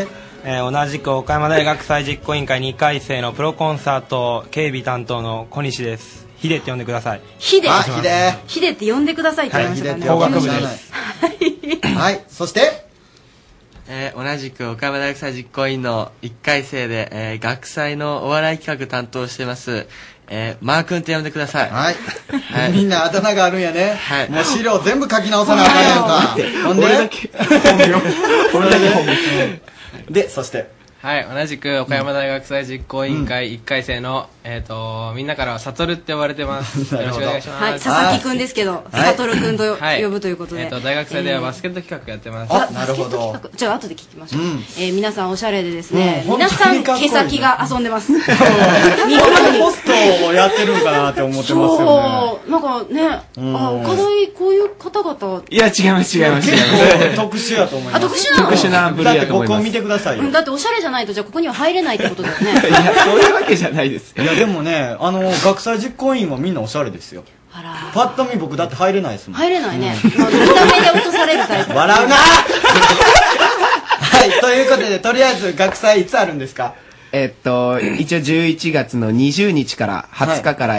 同じく岡山大学祭実行委員会2回生のプロコンサート警備担当の小西です。ヒデって呼んでください。 ヒデ。ヒデって呼んでくださいって言いましたからね。 工学部です。 はい、そして。 同じく岡山大学祭実行委員の1回生で、学祭のお笑い企画担当してます、マー君って呼んでください。 はい。みんなあだ名があるんやね。もう資料全部書き直さなあかんやんか。ほんで俺だけ本名。で、そして。 はい、同じく岡山大学祭実行委員会1回生の、みんなからはサトルって呼ばれてます。よろしくお願いします。 はい、佐々木くんですけど、サトルくんと呼ぶということで。 大学祭ではバスケット企画やってます。 あ、なるほど。 じゃあ後で聞きましょう。皆さんおしゃれでですね、皆さん毛先が遊んでます。見事にホストをやってるんかなって思ってますよね。 そう、なんかね、岡大こういう方々。 いや、違います。 結構特殊やと思います。 特殊なの？ 特殊な部類やと思います。 だってここを見てくださいよ。 だっておしゃれじゃないと、じゃあここには入れないってことだよね。 いや、そういうわけじゃないです。 いや、でもね、学祭実行委員はみんなおしゃれですよ。パッと見僕だって入れないですもん。 入れないね。見た目で落とされるタイプ。 笑うなはい、ということで、とりあえず学祭いつあるんですか？ 一応11月の20日から20日から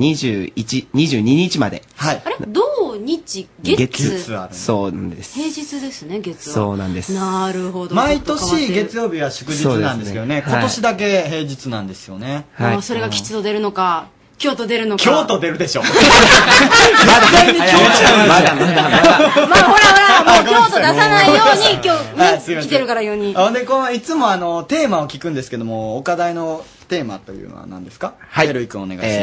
22日まで。 はい。あれ？土日月そうなんです。 平日ですね、月は。 そうなんです。 なるほど。 毎年月曜日は祝日なんですけどね、今年だけ平日なんですよね。 はい。それが吉と出るのか、京都出るのか。 京都出るでしょ。まだまあほら、もう京都出さないように今日来てるから4人。 で、いつもテーマを聞くんですけども、岡大のテーマというのは何ですか？はい。照井くんお願いします。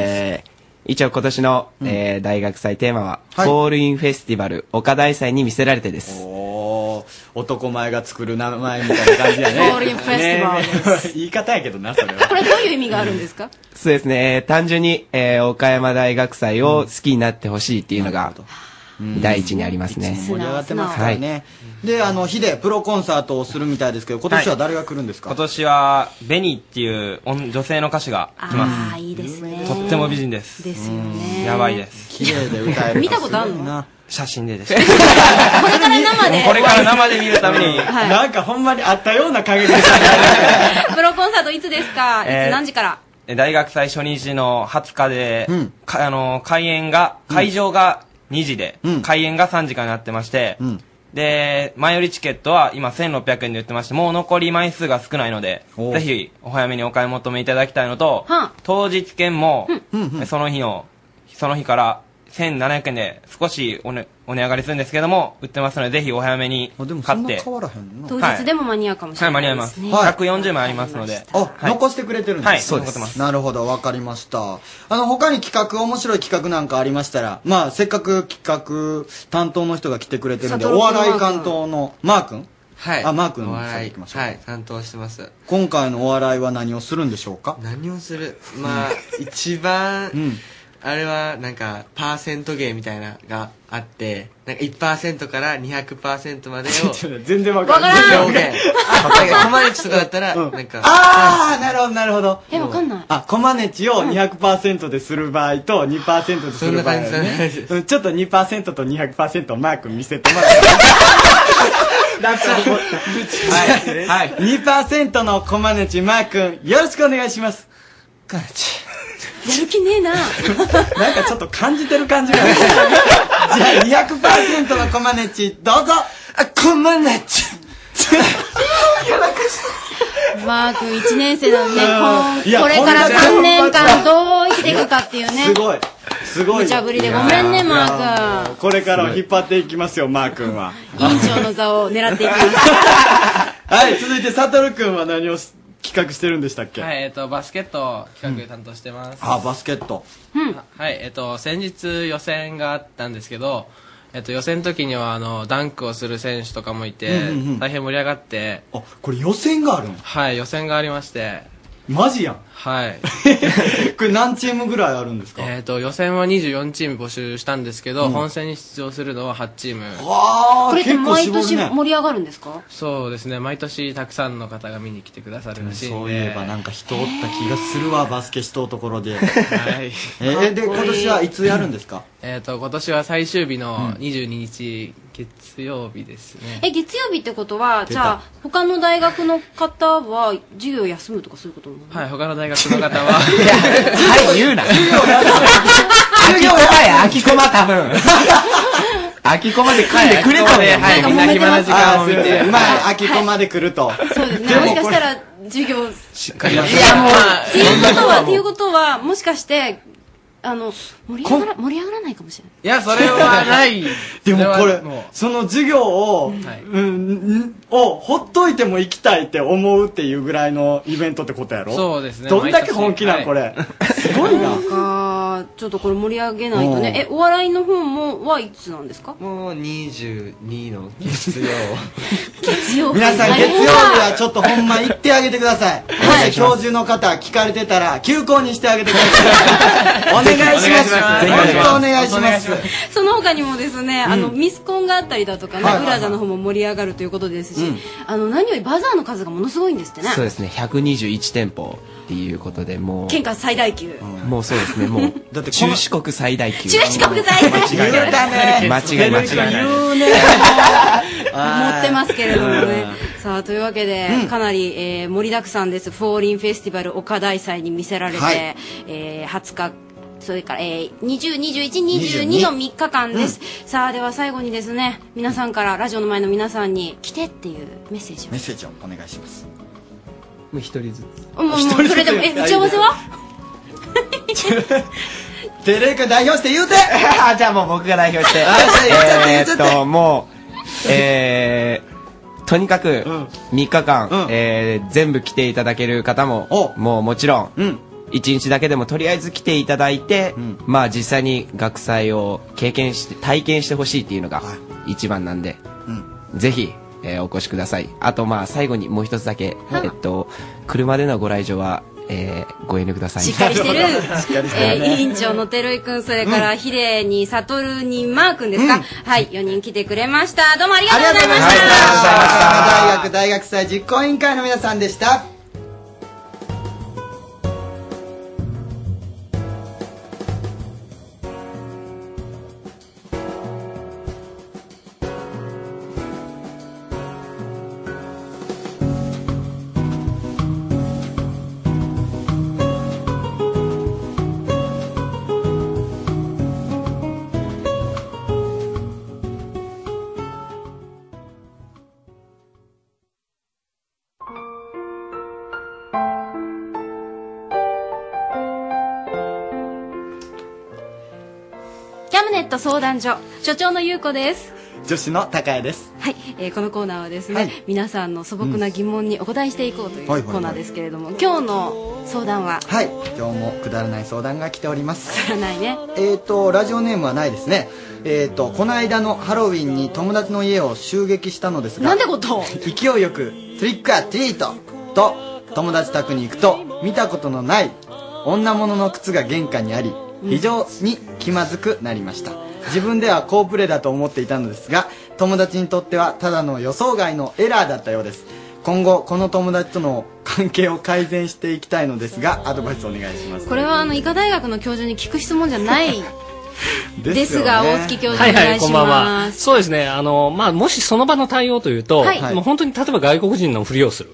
一応今年の大学祭テーマは、フォールインフェスティバル岡大祭に魅せられてです。 おー、男前が作る名前みたいな感じだね。 フォールインフェスティバルです。 言い方やけどな、それは。 これどういう意味があるんですか？ そうですね、単純に岡山大学祭を好きになってほしいっていうのが第一にありますね。 盛り上がってますからね。で、ヒデ、プロコンサートをするみたいですけど、今年は誰が来るんですか？ 今年は、ベニっていう女性の歌手が来ます。 ああ、いいですね。 とっても美人です。 ですよね。 やばいです。 綺麗で歌える。 見たことあるの？ 写真でです。 これから生で。 これから生で見るために。 なんかほんまにあったような影で。 プロコンサートいつですか？いつ何時から？ 大学祭初日の20日で、会場が2時で、開演が3時からなってまして、で、前売りチケットは今1600円で売ってまして、もう残り枚数が少ないので、ぜひお早めにお買い求めいただきたいのと、当日券も、その日から1700円で少しお値上がりするんですけども、売ってますので、ぜひお早めに買って。 変わらへんな。 当日でも間に合うかもしれないですね。 はい、間に合います。140枚ありますので。 残してくれてるんですか？ はい、そうです。 なるほど、わかりました。他に面白い企画なんかありましたら、まあ、せっかく企画担当の人が来てくれてるんで、お笑い担当のマー君？ はい。 マー君お笑い、はい、担当してます。 今回のお笑いは何をするんでしょうか？ 何をする？まあ、一番、あれはなんかパーセント芸みたいなのがあって、なんか 1% から 200% までを全然わからない表現。コマネチとかだったら、なんか。 なるほど、なるほど。 わかんない。 コマネチを 200% でする場合と 2% でする場合ね。ちょっと 2% と 200% マーク見せてもらって。はい。2% のコマネチマー君、よろしくお願いします。 コマネチ。やる気ねえな。 なんかちょっと感じてる感じがある。じゃあ 200% のコマネチ、どうぞ。コマネチ。 マー君1年生なのね、これから3年間どう生きていくかっていうね。 すごい。すごい。 無茶ぶりでごめんね、マー君。 これからを引っ張っていきますよ、マー君は。 委員長の座を狙っていきます。 はい、続いて、サトル君は何を企画してるんでしたっけ？ はい、バスケット企画担当してます。 あ、バスケット。 はい、先日予選があったんですけど、予選の時にはダンクをする選手とかもいて、大変盛り上がって。 あ、これ予選があるの？ はい、予選がありまして。 マジやん。 はい。 これ何チームぐらいあるんですか？ 予選は24チーム募集したんですけど、本戦に出場するのは8チーム。 わー、 これって毎年盛り上がるんですか？ そうですね、毎年たくさんの方が見に来てくださるらしいんで。 そういえばなんか人おった気がするわ、バスケしとうところで。はい。で、今年はいつやるんですか？ 今年は最終日の22日、月曜日ですね。 月曜日ってことは、じゃあ、他の大学の方は授業休むとかそういうことなの？ はい、他の大学の方は。 はい、言うな。秋駒多分。秋駒で組んでくれとね。 はい、みんな暇な時間を見て。 まあ、秋駒で来ると。 そうですね。もしかしたら、授業。しっかりやって。いや、もう。っていうことは、もしかして、盛り上がらないかもしれない。 いや、それはない。 でもこれ、その授業を、ほっといても行きたいって思うっていうぐらいのイベントってことやろ？ そうですね。 どんだけ本気なん、これ。すごいな。 ちょっとこれ盛り上げないとね。お笑いの方はいつなんですか？ もう22の月曜。 月曜。 皆さん月曜日はちょっとほんま行ってあげてください。はい。教授の方聞かれてたら休校にしてあげてください。お願いします。本当お願いします。 その他にもですね、ミスコンがあったりだとかね、ブラジャーの方も盛り上がるということですし、何よりバザーの数がものすごいんですってね。 そうですね、121店舗っていうことで、もう県下最大級。 もうそうですね、もうだって中四国最大級。 中四国最大級。 間違いない。間違いない。 持ってますけれどもね。さあ、というわけで、かなり盛りだくさんです。フォーリンフェスティバル岡大祭に見せられて、20日、それから、20、21、22の3日間です。さあ、では最後にですね、皆さんから、ラジオの前の皆さんに、来てっていうメッセージを。 メッセージをお願いします。 もう一人ずつ。 もうそれでも、打ち合わせはテレイ君代表して言うてじゃあもう僕が代表して。もう、とにかく、3日間、全部来ていただける方も、もうもちろん、1日だけでもとりあえず来ていただいて、まあ実際に学祭を体験してほしいっていうのが一番なんで、ぜひ、お越しください。あとまあ最後にもう一つだけ、車でのご来場は、ご遠慮ください。 しっかりしてる。委員長の照井くん、それからヒデに悟にマーくんですか。はい、4人来てくれました。どうもありがとうございました。 大学大学祭実行委員会の皆さんでした。 キャムネット相談所所長の優子です。 女子の高谷です。 はい、このコーナーはですね、皆さんの素朴な疑問にお答えしていこうというコーナーですけれども、今日の相談は、 はい、今日もくだらない相談が来ております。 くだらないね。 ラジオネームはないですね。この間のハロウィンに友達の家を襲撃したのですが、 なんでこと勢いよくトリックアトリートと友達宅に行くと、見たことのない女物の靴が玄関にあり、非常に気まずくなりました。自分では好プレーだと思っていたのですが、友達にとってはただの予想外のエラーだったようです。今後この友達との関係を改善していきたいのですが、アドバイスお願いします。 これは医科大学の教授に聞く質問じゃないですが、大月教授お願いします。 こんばんは。そうですね。もしその場の対応というと、もう本当に例えば外国人のふりをする。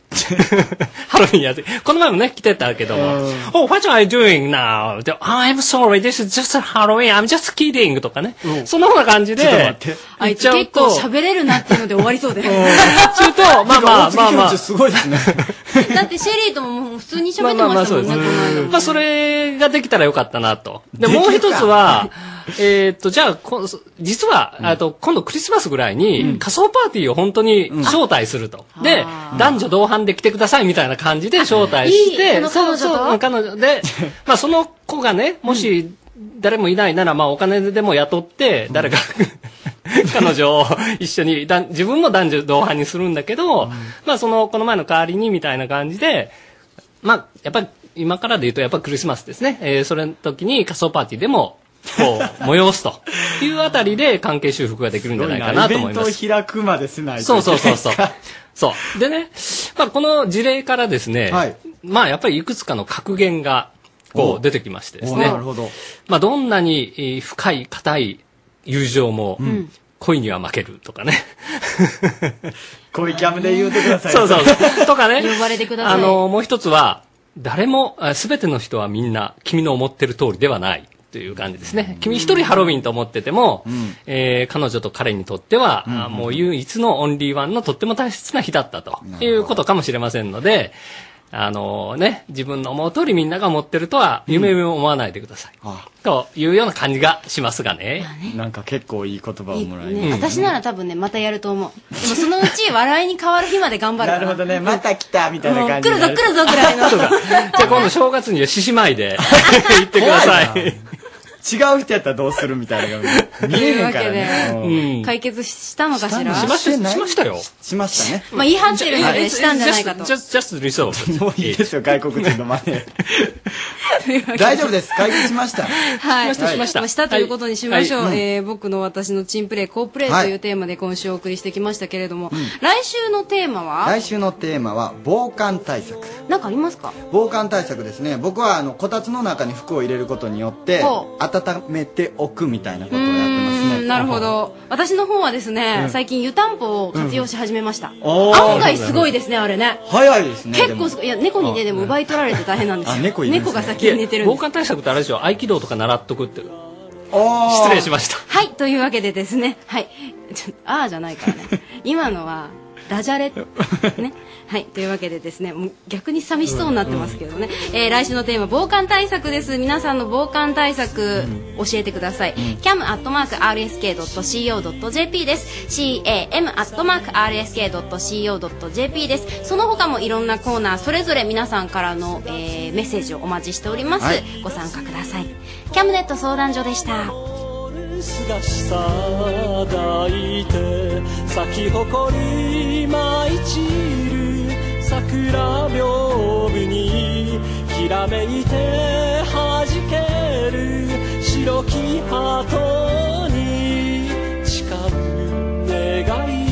ハロウィンやって、この前もね、来てたけども、Oh, what are you doing now? I'm sorry, this is just Halloween, I'm just kidding とかね。そんなふうな感じで、 あいつ結構喋れるなっていうので終わりそうで。 ちゅうと、まあ。 すごいですね。 だってシェリーとも普通に喋ってましたもんね、この間。 まあ、それができたらよかったなと。で、もう一つは、じゃあ、実は、今度クリスマスぐらいに仮装パーティーを本当に招待すると。で、男女同伴で来てくださいみたいな感じで招待して、彼女で、まあその子がね、もし誰もいないなら、まあお金でも雇って、誰か彼女を一緒に、自分も男女同伴にするんだけど、まあこの前の代わりにみたいな感じで、まあやっぱり今からで言うとやっぱクリスマスですね。それの時に仮装パーティーでも、こう、催すというあたりで関係修復ができるんじゃないかなと思います。 イベントを開くまでしないと。 そう。でね、まあこの事例からですね、まあやっぱりいくつかの格言が、こう出てきましてですね。 なるほど。 まあどんなに深い、固い友情も、恋には負けるとかね。 恋キャムで言うてください。 そう。とかね。 呼ばれてください。 もう一つは、誰も、すべての人はみんな君の思ってる通りではない。という感じですね。君一人ハロウィンと思ってても、彼女と彼にとっては、もう唯一のオンリーワンのとっても大切な日だったということかもしれませんので、自分の思う通りみんなが思ってるとは夢を思わないでください。というような感じがしますがね。 なんか結構いい言葉をもらい私なら多分ね、またやると思う。でもそのうち笑いに変わる日まで頑張る。 なるほどね。また来たみたいな感じ。 来るぞぐらいの。 じゃあ今度正月には獅子舞で行ってください。 違う人やったらどうするみたいなのが見えへんからね。 解決したのかしら。 しましたよ。 しましたね。 まあ言い張ってるのでしたんじゃないかと。 just resolve. もういいですよ、外国人の真似。大丈夫です。解決しました。 はい。しましたということにしましょう。僕の私のチンプレイ、コープレイというテーマで今週お送りしてきましたけれども、来週のテーマは防寒対策。 なんかありますか？ 防寒対策ですね。僕はこたつの中に服を入れることによって、温めておくみたいなことをやってますね。 なるほど。私の方はですね、最近湯たんぽを活用し始めました。案外すごいですね、あれね。 早いですね。 結構いや、猫にね、でも奪い取られて大変なんですよ。猫が先に寝てるんです。 防寒対策ってあれでしょ、合気道とか習っとくって。失礼しました。 はい、というわけでですね、はい。じゃないからね。今のは、ダジャレね。はい。というわけでですね、もう逆に寂しそうになってますけどね。来週のテーマ、防寒対策です。皆さんの防寒対策、教えてください。cam@rsk.co.jp です。cam@rsk.co.jp です。その他もいろんなコーナー、それぞれ皆さんからの、メッセージをお待ちしております。ご参加ください。キャムネット相談所でした。 すがしさ抱いて咲き誇り舞い散る桜屏風にきらめいて弾ける白き鳩に誓う願い。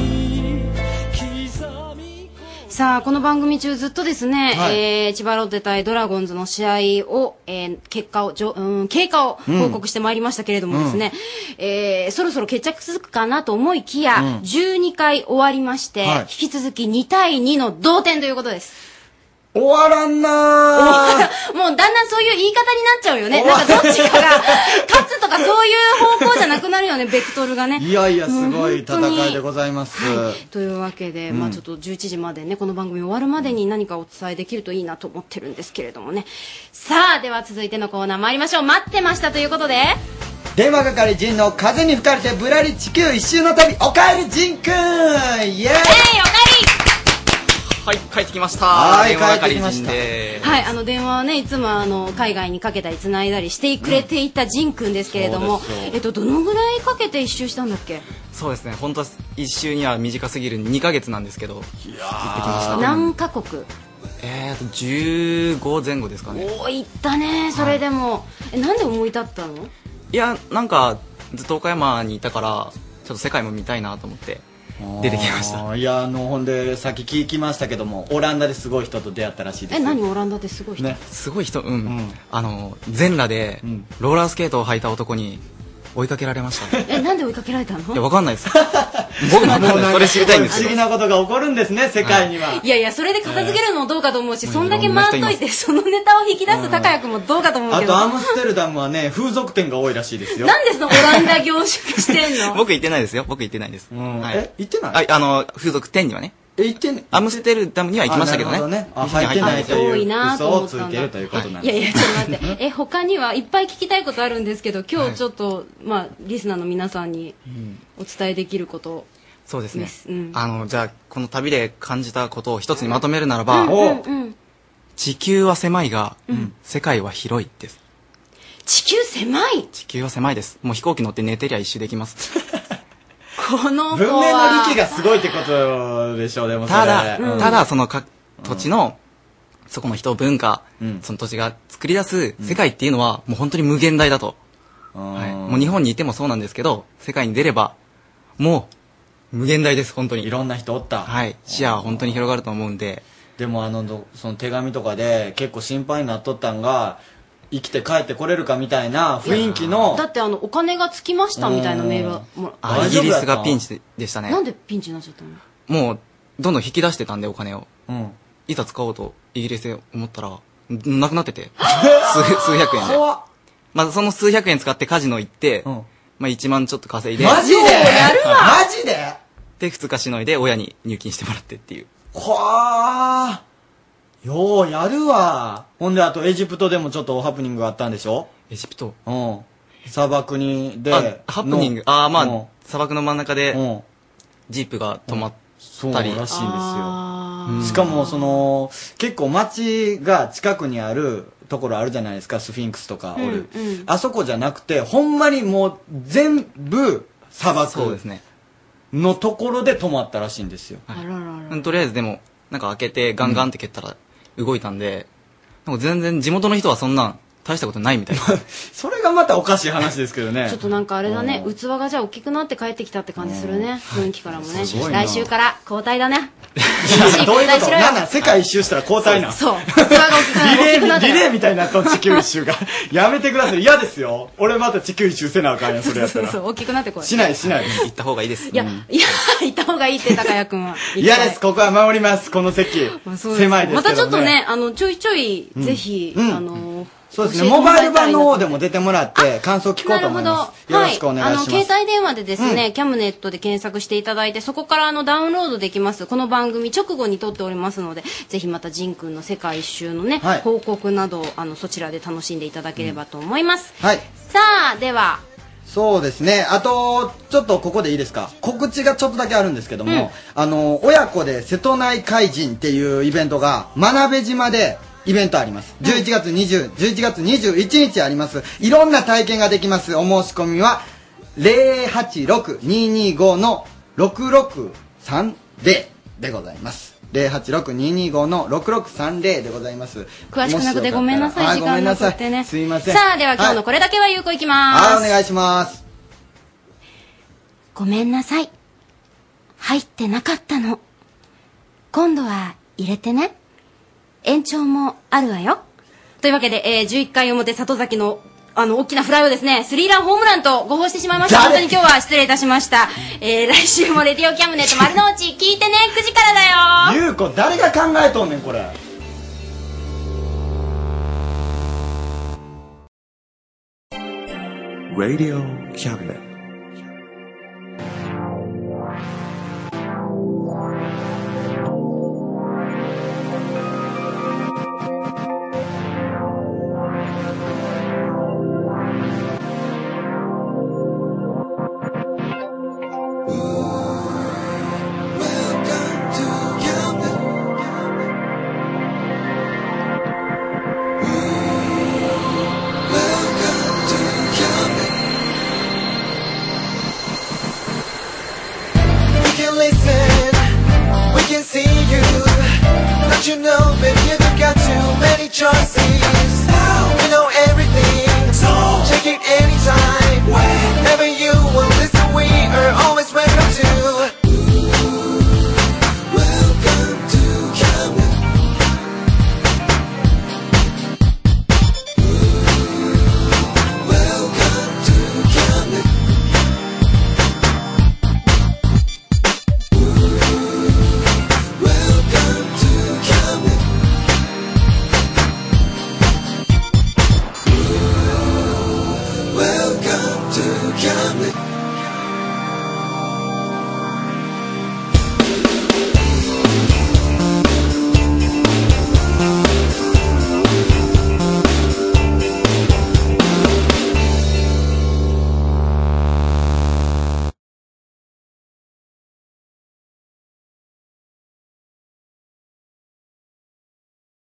さあ、この番組中ずっとですね、千葉ロッテ対ドラゴンズの試合を、経過を報告してまいりましたけれどもですね、そろそろ決着つくかなと思いきや、12回終わりまして、引き続き2対2の同点ということです。 終わらんなー。 もうだんだんそういう言い方になっちゃうよね。なんかどっちかが勝つとかそういう方向じゃなくなるよね、ベクトルがね。 いやいや、すごい戦いでございます。 というわけで、まあちょっと11時までね、この番組終わるまでに何かお伝えできるといいなと思ってるんですけれどもね。さあ、では続いてのコーナー参りましょう。待ってましたということで。 電話係陣の風に吹かれてぶらり地球一周の旅、おかえり陣くん、イエーイ、おかえり。 はい、帰ってきました。 はい、帰ってきました。 はい、電話はね、いつも海外にかけたり繋いだりしてくれていたジンくんですけれども、どのぐらいかけて一周したんだっけ？ そうですね、本当一周には短すぎる2ヶ月なんですけど、行ってきました。 何カ国 ？15前後ですかね。 行ったね、それでも。なんで思い立ったの？ いや、なんか、ずっと岡山にいたから、ちょっと世界も見たいなと思って。出てきました。 いや、ほんでさっき聞きましたけども、オランダですごい人と出会ったらしいです。 何オランダですごい人？ すごい人、全裸でローラースケートを履いた男に追いかけられましたね。 なんで追いかけられたの？ いや、わかんないです。僕もそれ知りたいんですよ。 不思議なことが起こるんですね、世界には。 いやいや、それで片付けるのもどうかと思うし、そんだけ回っといて、そのネタを引き出す高谷君もどうかと思うけど。 あと、アムステルダムはね、風俗店が多いらしいですよ。 なんでそのオランダ凝縮してんの？ 僕行ってないですよ。僕行ってないです。 行ってない？ 風俗店にはね。 行ってんアムステルダムには行きましたけどね。 入ってないと多いいうなと思った嘘をついてるということなんです。 いやいや、ちょっと待って。他にはいっぱい聞きたいことあるんですけど、今日ちょっと、リスナーの皆さんにお伝えできること。 そうですね。じゃあ、この旅で感じたことを一つにまとめるならば、地球は狭いが、世界は広いです。 地球狭い？ 地球は狭いです。もう飛行機乗って寝てりゃ一周できます。 この文明の力がすごいってことでしょう、でもそれ。 ただ、その各土地の、そこの人、文化、その土地が作り出す世界っていうのは、もう本当に無限大だと。もう日本にいてもそうなんですけど、世界に出れば、もう、無限大です、本当に。 いろんな人おった。 はい。視野は本当に広がると思うんで。 でもその手紙とかで結構心配になっとったんが、生きて帰ってこれるかみたいな雰囲気の。 だってお金がつきましたみたいなメールはイギリスがピンチでしたね。 なんでピンチになっちゃったの？ もう、どんどん引き出してたんで、お金を。いざ使おうと、イギリスで思ったら、なくなってて。数百円で。その数百円使ってカジノ行って、1万ちょっと稼いで。 マジで？やるわ！マジで？ で、2日しのいで親に入金してもらってっていう。 はぁようやるわ。ほんで、あとエジプトでもちょっとハプニングがあったんでしょ？ エジプト？ 砂漠で。 ハプニング？砂漠の真ん中で、ジープが止まったり。 そうらしいんですよ。しかも、結構街が近くにあるところあるじゃないですか、スフィンクスとかおる。あそこじゃなくて、ほんまにもう全部砂漠のところで止まったらしいんですよ。 とりあえずでも、なんか開けてガンガンって蹴ったら動いたんで、なんか全然地元の人はそんなん大したことないみたいな。 それがまたおかしい話ですけどね。 ちょっとなんかあれだね、器がじゃあ大きくなって帰ってきたって感じするね、雰囲気からもね。来週から交代だね。 どういうこと？なんなん世界一周したら交代なん？ そう。器が大きくなった。 リレーみたいになった地球一周が。やめてください。嫌ですよ。俺また地球一周せなあかんやん、それやったら。 そう、大きくなってこい。 しない。 行った方がいいです。 いや、行った方がいいって、高谷くんは。 嫌です、ここは守ります、この席。狭いですけどね。 またちょっとね、ちょいちょい、ぜひ、 そうですね、モバイル版の方でも出てもらって、感想聞こうと思います。よろしくお願いします。 携帯電話でですね、キャムネットで検索していただいて、そこからダウンロードできます。この番組直後に撮っておりますので、ぜひまたジンくんの世界一周のね、報告など、そちらで楽しんでいただければと思います。 はい。 さあ、では。 そうですね。あと、ちょっとここでいいですか。告知がちょっとだけあるんですけども、親子で瀬戸内海人っていうイベントが、真鍋島で、イベントあります。11月21日あります。いろんな体験ができます。お申し込みは、086-225-6630でございます。086-225-6630でございます。 詳しくなくてごめんなさい、時間なくってね。 すいません。 さあ、では今日のこれだけは有効いきます。 はい、お願いします。 ごめんなさい。入ってなかったの。今度は入れてね。延長もあるわよ。というわけで、11回表里崎の大きなフライをですね、スリーランホームランと誤報してしまいました。本当に今日は失礼いたしました。来週もレディオキャムネット丸の内聞いてね、9時からだよ。 ゆうこ、誰が考えとんねん、これ。 Radio Cabinet. You know, baby, you've got too many choices.